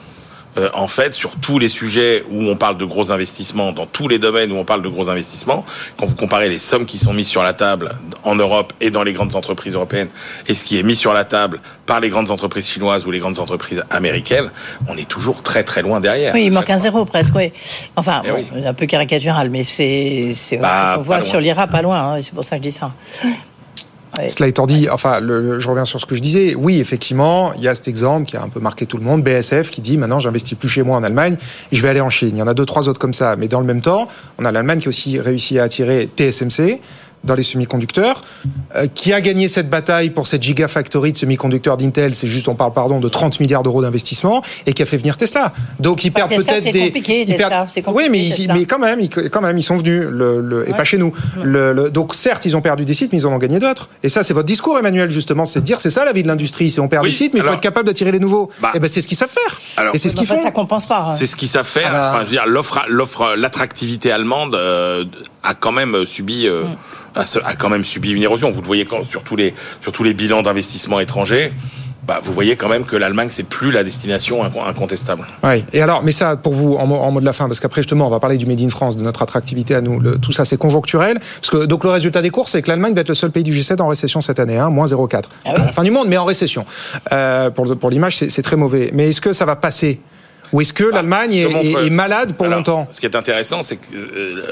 en fait, sur tous les sujets où on parle de gros investissements, dans tous les domaines où on parle de gros investissements, quand vous comparez les sommes qui sont mises sur la table en Europe et dans les grandes entreprises européennes et ce qui est mis sur la table par les grandes entreprises chinoises ou les grandes entreprises américaines, on est toujours très très loin derrière. Oui, il manque un zéro presque, oui. Enfin, un peu caricatural, mais on voit sur l'IRA pas loin, c'est pour ça que je dis ça. Ouais. Cela étant dit, je reviens sur ce que je disais. Oui, effectivement, il y a cet exemple qui a un peu marqué tout le monde, BASF, qui dit maintenant j'investis plus chez moi en Allemagne, et je vais aller en Chine. Il y en a 2-3 autres comme ça. Mais dans le même temps, on a l'Allemagne qui a aussi réussi à attirer TSMC dans les semi-conducteurs, qui a gagné cette bataille pour cette gigafactory de semi-conducteurs d'Intel. C'est juste, on parle de 30 milliards d'euros d'investissement, et qui a fait venir Tesla. Donc ils perdent peut-être c'est compliqué, Tesla. Oui, mais quand même, ils sont venus, et pas chez nous. Donc certes, ils ont perdu des sites, mais ils en ont gagné d'autres. Et ça, c'est votre discours, Emmanuel, justement, c'est de dire, c'est ça la vie de l'industrie, c'est on perd des sites, mais il faut être capable d'attirer les nouveaux. Et c'est ce qu'ils savent faire. Et c'est ce qu'ils font. Ça compense pas. C'est ce qu'ils savent faire. Je veux dire, l'attractivité allemande a quand même subi une érosion. Vous le voyez sur tous les bilans d'investissement étrangers. Vous voyez quand même que l'Allemagne, c'est plus la destination incontestable. Oui. Et alors, mais ça, pour vous, en mot de la fin, parce qu'après, justement, on va parler du Made in France, de notre attractivité à nous. Tout ça, c'est conjoncturel. Parce que, donc, le résultat des courses, c'est que l'Allemagne va être le seul pays du G7 en récession cette année, moins 0,4. À la fin du monde, mais en récession. Pour l'image, c'est très mauvais. Mais est-ce que ça va passer? Ou est-ce que l'Allemagne est malade pour longtemps? Ce qui est intéressant, c'est que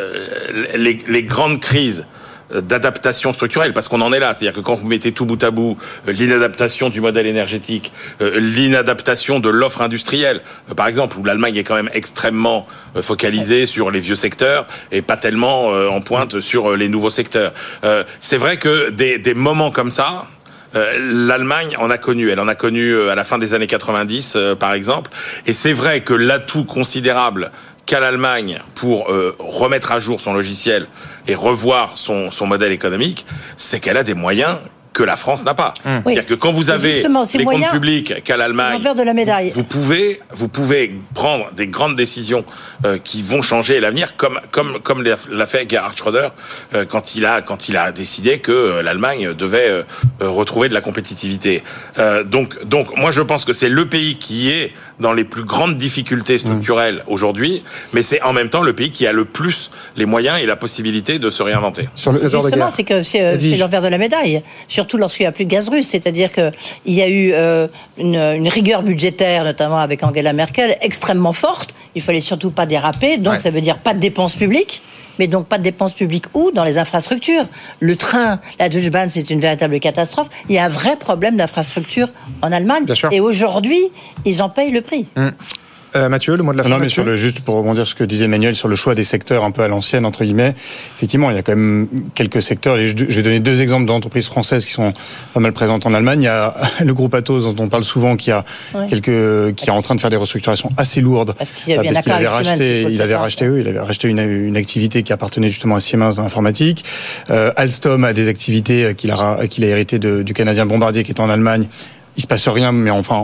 les grandes crises d'adaptation structurelle, parce qu'on en est là, c'est-à-dire que quand vous mettez tout bout à bout, l'inadaptation du modèle énergétique, l'inadaptation de l'offre industrielle, par exemple, où l'Allemagne est quand même extrêmement focalisée sur les vieux secteurs et pas tellement en pointe sur les nouveaux secteurs. C'est vrai que des moments comme ça, l'Allemagne en a connu. Elle en a connu à la fin des années 90, par exemple. Et c'est vrai que l'atout considérable qu'a l'Allemagne pour remettre à jour son logiciel et revoir son modèle économique, c'est qu'elle a des moyens que la France n'a pas. C'est-à-dire que quand vous avez les comptes publics qu'à l'Allemagne, vous pouvez prendre des grandes décisions qui vont changer l'avenir, comme l'a fait Gerhard Schröder quand il a décidé que l'Allemagne devait retrouver de la compétitivité. Donc moi je pense que c'est le pays qui est dans les plus grandes difficultés structurelles aujourd'hui, mais c'est en même temps le pays qui a le plus les moyens et la possibilité de se réinventer. Justement, c'est que c'est l'envers de la médaille, surtout lorsqu'il n'y a plus de gaz russe. C'est-à-dire qu'il y a eu une rigueur budgétaire, notamment avec Angela Merkel, extrêmement forte. Il fallait surtout pas déraper, donc ça veut dire pas de dépenses publiques. Mais donc pas de dépenses publiques où? Dans les infrastructures. Le train, la Deutsche Bahn, c'est une véritable catastrophe. Il y a un vrai problème d'infrastructure en Allemagne. Et aujourd'hui, ils en payent le prix. Mathieu, le mot de la fin. Non, mais juste pour rebondir sur ce que disait Emmanuel sur le choix des secteurs un peu à l'ancienne, entre guillemets, effectivement, il y a quand même quelques secteurs. Et je vais donner 2 exemples d'entreprises françaises qui sont pas mal présentes en Allemagne. Il y a le groupe Atos, dont on parle souvent, qui est en train de faire des restructurations assez lourdes. Parce qu'il avait racheté une activité qui appartenait justement à Siemens dans l'informatique. Alstom a des activités qu'il a hérité du canadien Bombardier qui est en Allemagne. Il se passe rien, mais enfin,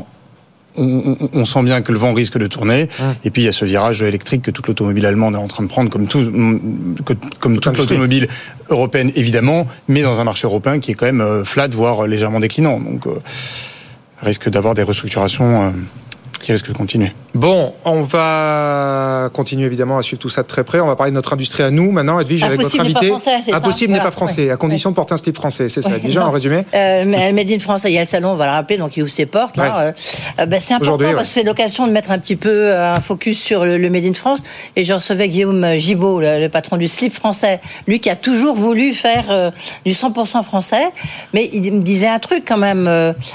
on sent bien que le vent risque de tourner. Et puis il y a ce virage électrique que toute l'automobile allemande est en train de prendre, comme toute l'automobile européenne évidemment, mais dans un marché européen qui est quand même flat, voire légèrement déclinant. Donc risque d'avoir des restructurations qui risquent de continuer. Bon, on va continuer évidemment à suivre tout ça de très près. On va parler de notre industrie à nous maintenant. Edwige, avec votre invité. Impossible n'est pas français, à condition de porter un slip français. C'est ça, Edwige, en résumé. Made in France, il y a le salon, on va le rappeler, donc il ouvre ses portes. Là. C'est important parce que c'est l'occasion de mettre un petit peu un focus sur le Made in France. Et je recevais Guillaume Gibaud, le patron du slip français, lui qui a toujours voulu faire du 100% français. Mais il me disait un truc quand même,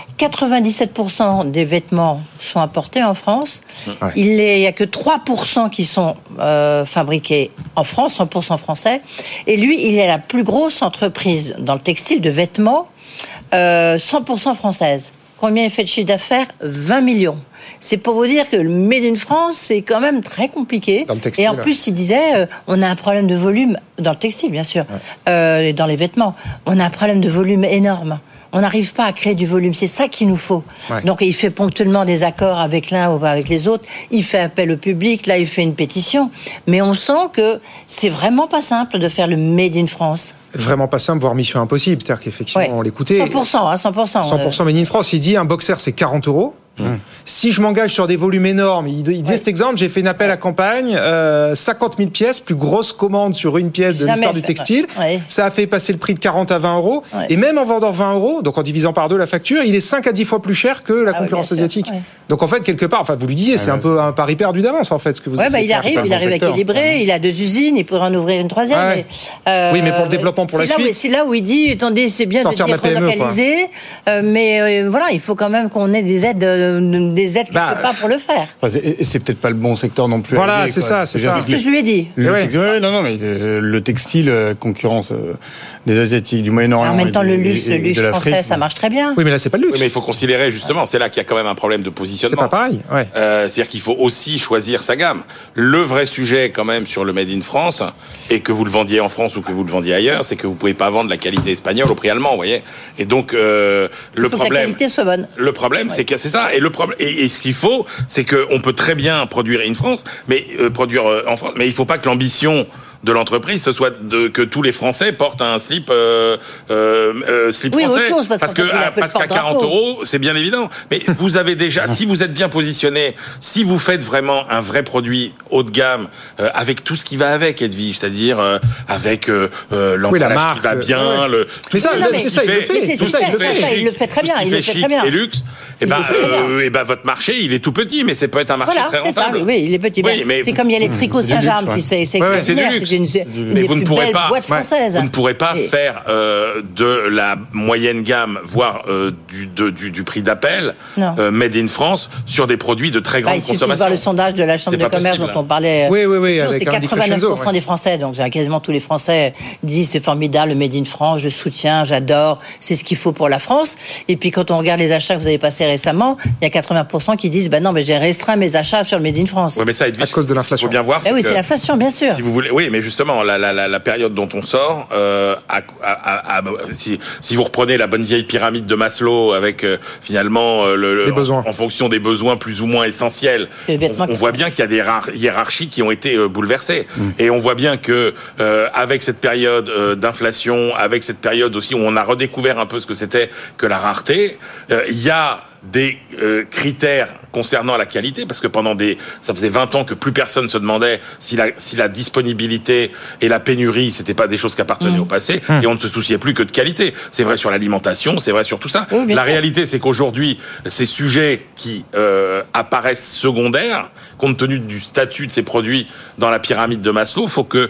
97% des vêtements sont importés en France. Il n'y a que 3% qui sont fabriqués en France, 100% français. Et lui, il est la plus grosse entreprise dans le textile de vêtements, 100% française. Combien il fait de chiffre d'affaires? 20 millions. C'est pour vous dire que le Made in France, c'est quand même très compliqué. Dans le textile, et en plus, il disait, on a un problème de volume, dans le textile, bien sûr, et dans les vêtements. On a un problème de volume énorme. On n'arrive pas à créer du volume, c'est ça qu'il nous faut. Donc il fait ponctuellement des accords avec l'un ou avec les autres, il fait appel au public, là il fait une pétition, mais on sent que c'est vraiment pas simple de faire le Made in France. Vraiment pas simple, voire mission impossible, c'est-à-dire qu'effectivement on l'écoutait. 100%, 100%. 100% Made in France, il dit un boxer c'est 40 €. Si je m'engage sur des volumes énormes, il disait cet exemple, j'ai fait une appel à campagne, 50 000 pièces, plus grosse commande sur une pièce de l'histoire du textile. Ça a fait passer le prix de 40 à 20 euros. Et même en vendant 20 euros, donc en divisant par 2 la facture, il est 5 à 10 fois plus cher que la concurrence asiatique. Donc en fait, quelque part, vous le disiez, c'est un peu un pari perdu d'avance en fait, ce que vous il arrive à équilibrer, il a 2 usines, il pourrait en ouvrir une 3e. Oui, mais pour le développement, pour la suite. C'est là où il dit, attendez, c'est bien de dire relocaliser, mais voilà, il faut quand même qu'on ait des aides quelque part pour le faire. C'est peut-être pas le bon secteur non plus. Voilà, c'est ça. C'est ce que je lui ai dit. Mais le textile concurrence des Asiatiques, du Moyen-Orient. En même temps, le luxe français, ça marche très bien. Oui, mais là, c'est pas le luxe. Oui, mais il faut considérer, justement, c'est là qu'il y a quand même un problème de positionnement. C'est pas pareil. C'est-à-dire qu'il faut aussi choisir sa gamme. Le vrai sujet, quand même, sur le Made in France, et que vous le vendiez en France ou que vous le vendiez ailleurs, c'est que vous pouvez pas vendre la qualité espagnole au prix allemand, vous voyez. Et donc, le problème. La qualité soit bonne. Le problème, c'est que c'est ça. Et le problème, et ce qu'il faut, c'est qu'on peut très bien produire in France, mais produire en France, mais il faut pas que l'ambition de l'entreprise, ce soit que tous les Français portent un slip français. Autre chose, parce qu'à 40 euros, c'est bien évident. Mais vous avez déjà, si vous êtes bien positionné, si vous faites vraiment un vrai produit haut de gamme, avec tout ce qui va avec, Edwige, c'est-à-dire avec l'emballage qui va bien, mais ça, c'est ça, il le fait. Il le fait très bien. Il le fait très bien. Et luxe. Et votre marché, il est tout petit, mais c'est peut être un marché très rentable. Oui, il est petit. C'est comme il y a les tricots Saint-Jean, qui c'est du luxe. Mais vous ne pourrez pas, vous ne pourrez pas faire de la moyenne gamme, voire du prix d'appel, made in France, sur des produits de très grande consommation. Il suffit de voir le sondage de la Chambre de commerce dont on parlait. Oui, c'est 89% des Français, donc quasiment tous les Français disent c'est formidable le made in France, je soutiens, j'adore, c'est ce qu'il faut pour la France. Et puis quand on regarde les achats que vous avez passés récemment, il y a 80% qui disent non, mais j'ai restreint mes achats sur le made in France. Oui, mais ça, Edwige, à cause de l'inflation. Il faut bien voir. Oui, c'est l'inflation, bien sûr. Si vous voulez, oui, mais justement, la période dont on sort, si vous reprenez la bonne vieille pyramide de Maslow avec finalement en fonction des besoins plus ou moins essentiels, on voit bien qu'il y a des hiérarchies qui ont été bouleversées. Et on voit bien que avec cette période d'inflation, avec cette période aussi où on a redécouvert un peu ce que c'était que la rareté, il y a des critères concernant la qualité, parce que ça faisait 20 ans que plus personne se demandait si la disponibilité et la pénurie, c'était pas des choses qui appartenaient au passé, et on ne se souciait plus que de qualité. C'est vrai sur l'alimentation, c'est vrai sur tout ça. Oui, la réalité, c'est qu'aujourd'hui, ces sujets qui apparaissent secondaires, compte tenu du statut de ces produits dans la pyramide de Maslow, faut que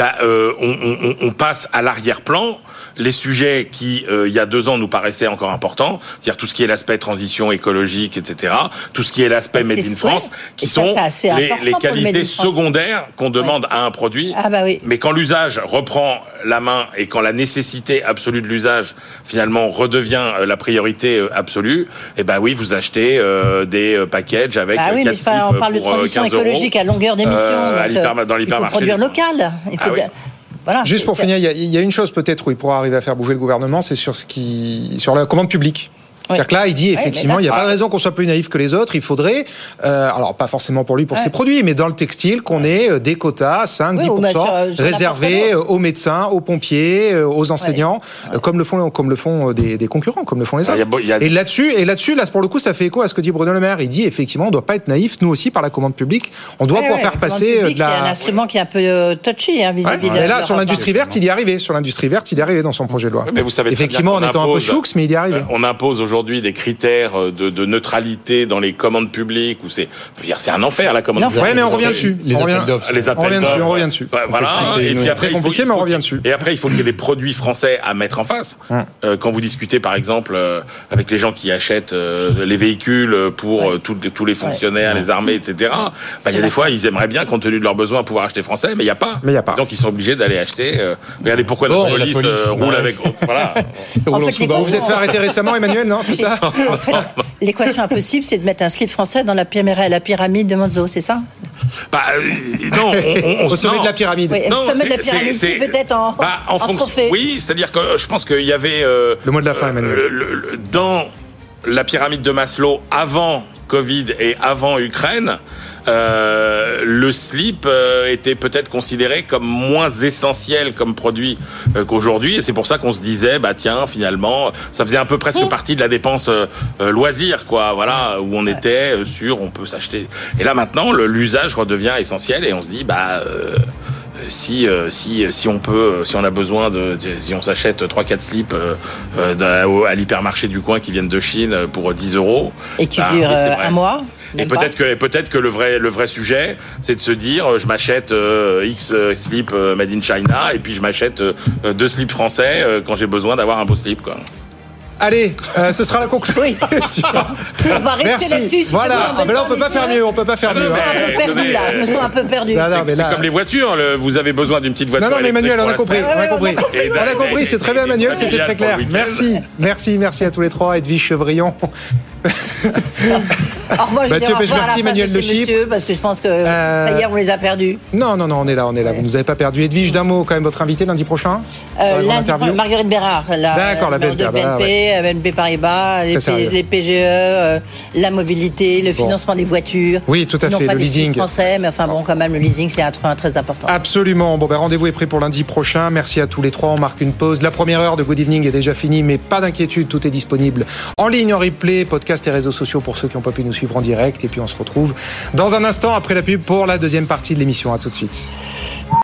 on passe à l'arrière-plan les sujets qui, il y a 2 ans, nous paraissaient encore importants, c'est-à-dire tout ce qui est l'aspect transition écologique, etc., tout ce qui est l'aspect Made in France, qui sont les qualités secondaires qu'on demande à un produit. Mais quand l'usage reprend la main et quand la nécessité absolue de l'usage, finalement, redevient la priorité absolue, vous achetez des packages avec 4 slips on parle de transition écologique à longueur d'émission. Dans l'hypermarché. Il faut produire local. Voilà, juste pour finir, il y a une chose peut-être où il pourra arriver à faire bouger le gouvernement, c'est sur la commande publique. C'est-à-dire que là, il dit effectivement, il n'y a pas de raison qu'on soit plus naïf que les autres. Il faudrait, alors pas forcément pour lui, pour ses produits, mais dans le textile, qu'on ait des quotas 5-10% réservés aux médecins, aux pompiers, aux enseignants, comme le font des concurrents, comme le font les autres. Et là-dessus, pour le coup, ça fait écho à ce que dit Bruno Le Maire. Il dit effectivement, on ne doit pas être naïf. Nous aussi, par la commande publique, on doit pouvoir faire passer de la. C'est un instrument qui est un peu touchy vis-à-vis de. Et là, sur l'industrie verte, il y est arrivé. Sur l'industrie verte, il est arrivé dans son projet de loi. Mais vous savez, effectivement, en étant un peu choux, mais il y est arrivé. On impose aujourd'hui des critères de neutralité dans les commandes publiques où c'est un enfer la commande publique. Oui, mais on revient dessus. Les appels d'offres. On revient dessus. Voilà. Et puis après, compliqué, mais on revient dessus. Et après, il faut qu'il y ait des produits français à mettre en face. Quand vous discutez, par exemple, avec les gens qui achètent les véhicules pour tous les fonctionnaires, les armées, etc. Il y a des fois, ils aimeraient bien, compte tenu de leurs besoins, pouvoir acheter français, mais il n'y a pas. Donc ils sont obligés d'aller acheter. Regardez pourquoi la police roule avec. Voilà. Vous êtes fait arrêter récemment, Emmanuel, non? C'est ça? En fait, l'équation impossible, c'est de mettre un slip français dans la pyramide de Monzo, c'est ça? Non, au sommet de la pyramide. Oui, au sommet de la pyramide, c'est peut-être en trophée. Oui, c'est-à-dire que je pense qu'il y avait le mot de la fin, Emmanuel. Dans la pyramide de Maslow avant Covid et avant Ukraine, le slip était peut-être considéré comme moins essentiel comme produit qu'aujourd'hui, et c'est pour ça qu'on se disait, bah tiens, finalement, ça faisait un peu presque partie de la dépense loisir, quoi, voilà, où on était sûr, on peut s'acheter. Et là maintenant, l'usage redevient essentiel, et on se dit, bah si on a besoin si on s'achète 3-4 slips à l'hypermarché du coin qui viennent de Chine pour 10 €. Et qui durent un mois. Et peut-être que le vrai sujet, c'est de se dire, je m'achète X slips made in China, et puis je m'achète 2 slips français quand j'ai besoin d'avoir un beau slip, quoi. Allez, ce sera la conclusion. Oui. On va rester là-dessus. Si voilà, mais là on peut pas faire mieux, on peut pas faire mieux. Je me sens un peu perdu. C'est comme les voitures, vous avez besoin d'une petite voiture. Non, mais Emmanuel, on a compris. On a compris, c'est très bien, Emmanuel, c'était très clair. Merci à tous les trois. Edwige Chevrillon. Au revoir, Mathieu Pechberti, Emmanuel Le Chypre. Parce que je pense que ça y est, on les a perdus. Non, on est là. Vous nous avez pas perdu. Edwige, d'un mot, quand même, votre invité lundi prochain. Lundi, Marguerite Bérard, la BNP Paribas, les PGE, la mobilité, le financement des voitures. Oui, tout à fait, le leasing. Français, mais enfin bon, quand même, le leasing, c'est un point très important. Absolument. Bon, rendez-vous est pris pour lundi prochain. Merci à tous les trois. On marque une pause. La première heure de Good Evening est déjà finie, mais pas d'inquiétude, tout est disponible en ligne, en replay, podcast et réseaux sociaux pour ceux qui n'ont pas pu nous suivre en direct. Et puis on se retrouve dans un instant après la pub pour la deuxième partie de l'émission. À tout de suite.